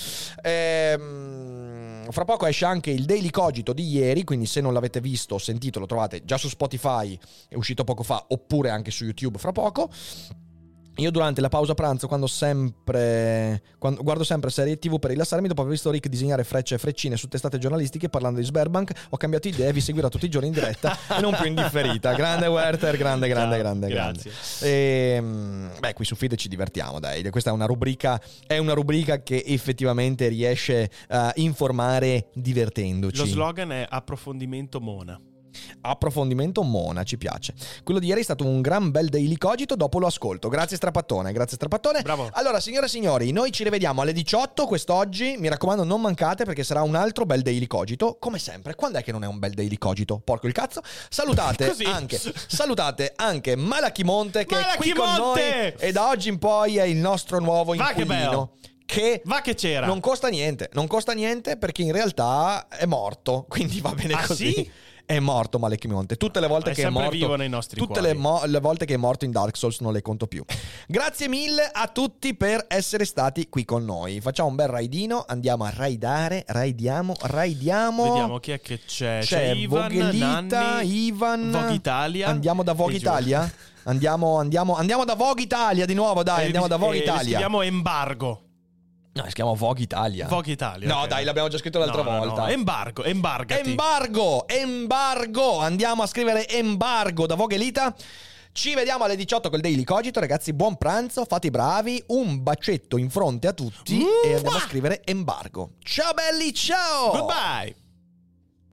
Ehm, fra poco esce anche il Daily Cogito di ieri, quindi se non l'avete visto o sentito lo trovate già su Spotify, è uscito poco fa, oppure anche su YouTube fra poco. Io durante la pausa pranzo, quando sempre quando guardo sempre serie tivù per rilassarmi, dopo aver visto Rick disegnare frecce e freccine su testate giornalistiche parlando di Sberbank, ho cambiato idea e vi seguirò tutti i giorni in diretta e non più indifferita. Grande Werther, grande, grande, Ciao, grande, grazie. grande. E, beh, qui su Feed ci divertiamo, dai. Questa è una rubrica, è una rubrica che effettivamente riesce a informare divertendoci. Lo slogan è approfondimento Mona. Approfondimento Mona, ci piace. Quello di ieri è stato un gran bel Daily Cogito, dopo lo ascolto. Grazie Strapattone, grazie Strapattone. Bravo. Allora, signore e signori, noi ci rivediamo alle diciotto quest'oggi. Mi raccomando, non mancate perché sarà un altro bel Daily Cogito. Come sempre, quando è che non è un bel Daily Cogito? Porco il cazzo. Salutate Così. anche Salutate anche Malachimonte che è qui con noi Malachimonte! e da oggi in poi è il nostro nuovo Va che inquilino. Che Va che c'era. non costa niente, non costa niente perché in realtà è morto, quindi va bene Ah, così. sì? È morto Malachimonte. Tutte le volte È che è sempre morto, vivo nei nostri tutte cuori. le, mo- le volte che è morto in Dark Souls non le conto più. Grazie mille a tutti per essere stati qui con noi. Facciamo un bel raidino, andiamo a raidare, raidiamo, raidiamo. Vediamo chi è che c'è. C'è Ivan, Voghelita, Nanni, Ivan, Vogue Italia. Andiamo da Vogue e Italia? Andiamo, andiamo, andiamo da Vogue Italia di nuovo, dai, E andiamo da Vogue e Italia. Scriviamo embargo. No, si chiama Vogue Italia. Vogue Italia. No, ok. dai, l'abbiamo già scritto l'altra No, no, volta. no. Embargo, embargati. Embargo, embargo. Andiamo a scrivere embargo da Voghelita. Ci vediamo alle diciotto col Daily Cogito, ragazzi. Buon pranzo, fate i bravi. Un bacetto in fronte a tutti Mua! e andiamo a scrivere embargo. Ciao belli, ciao. Goodbye.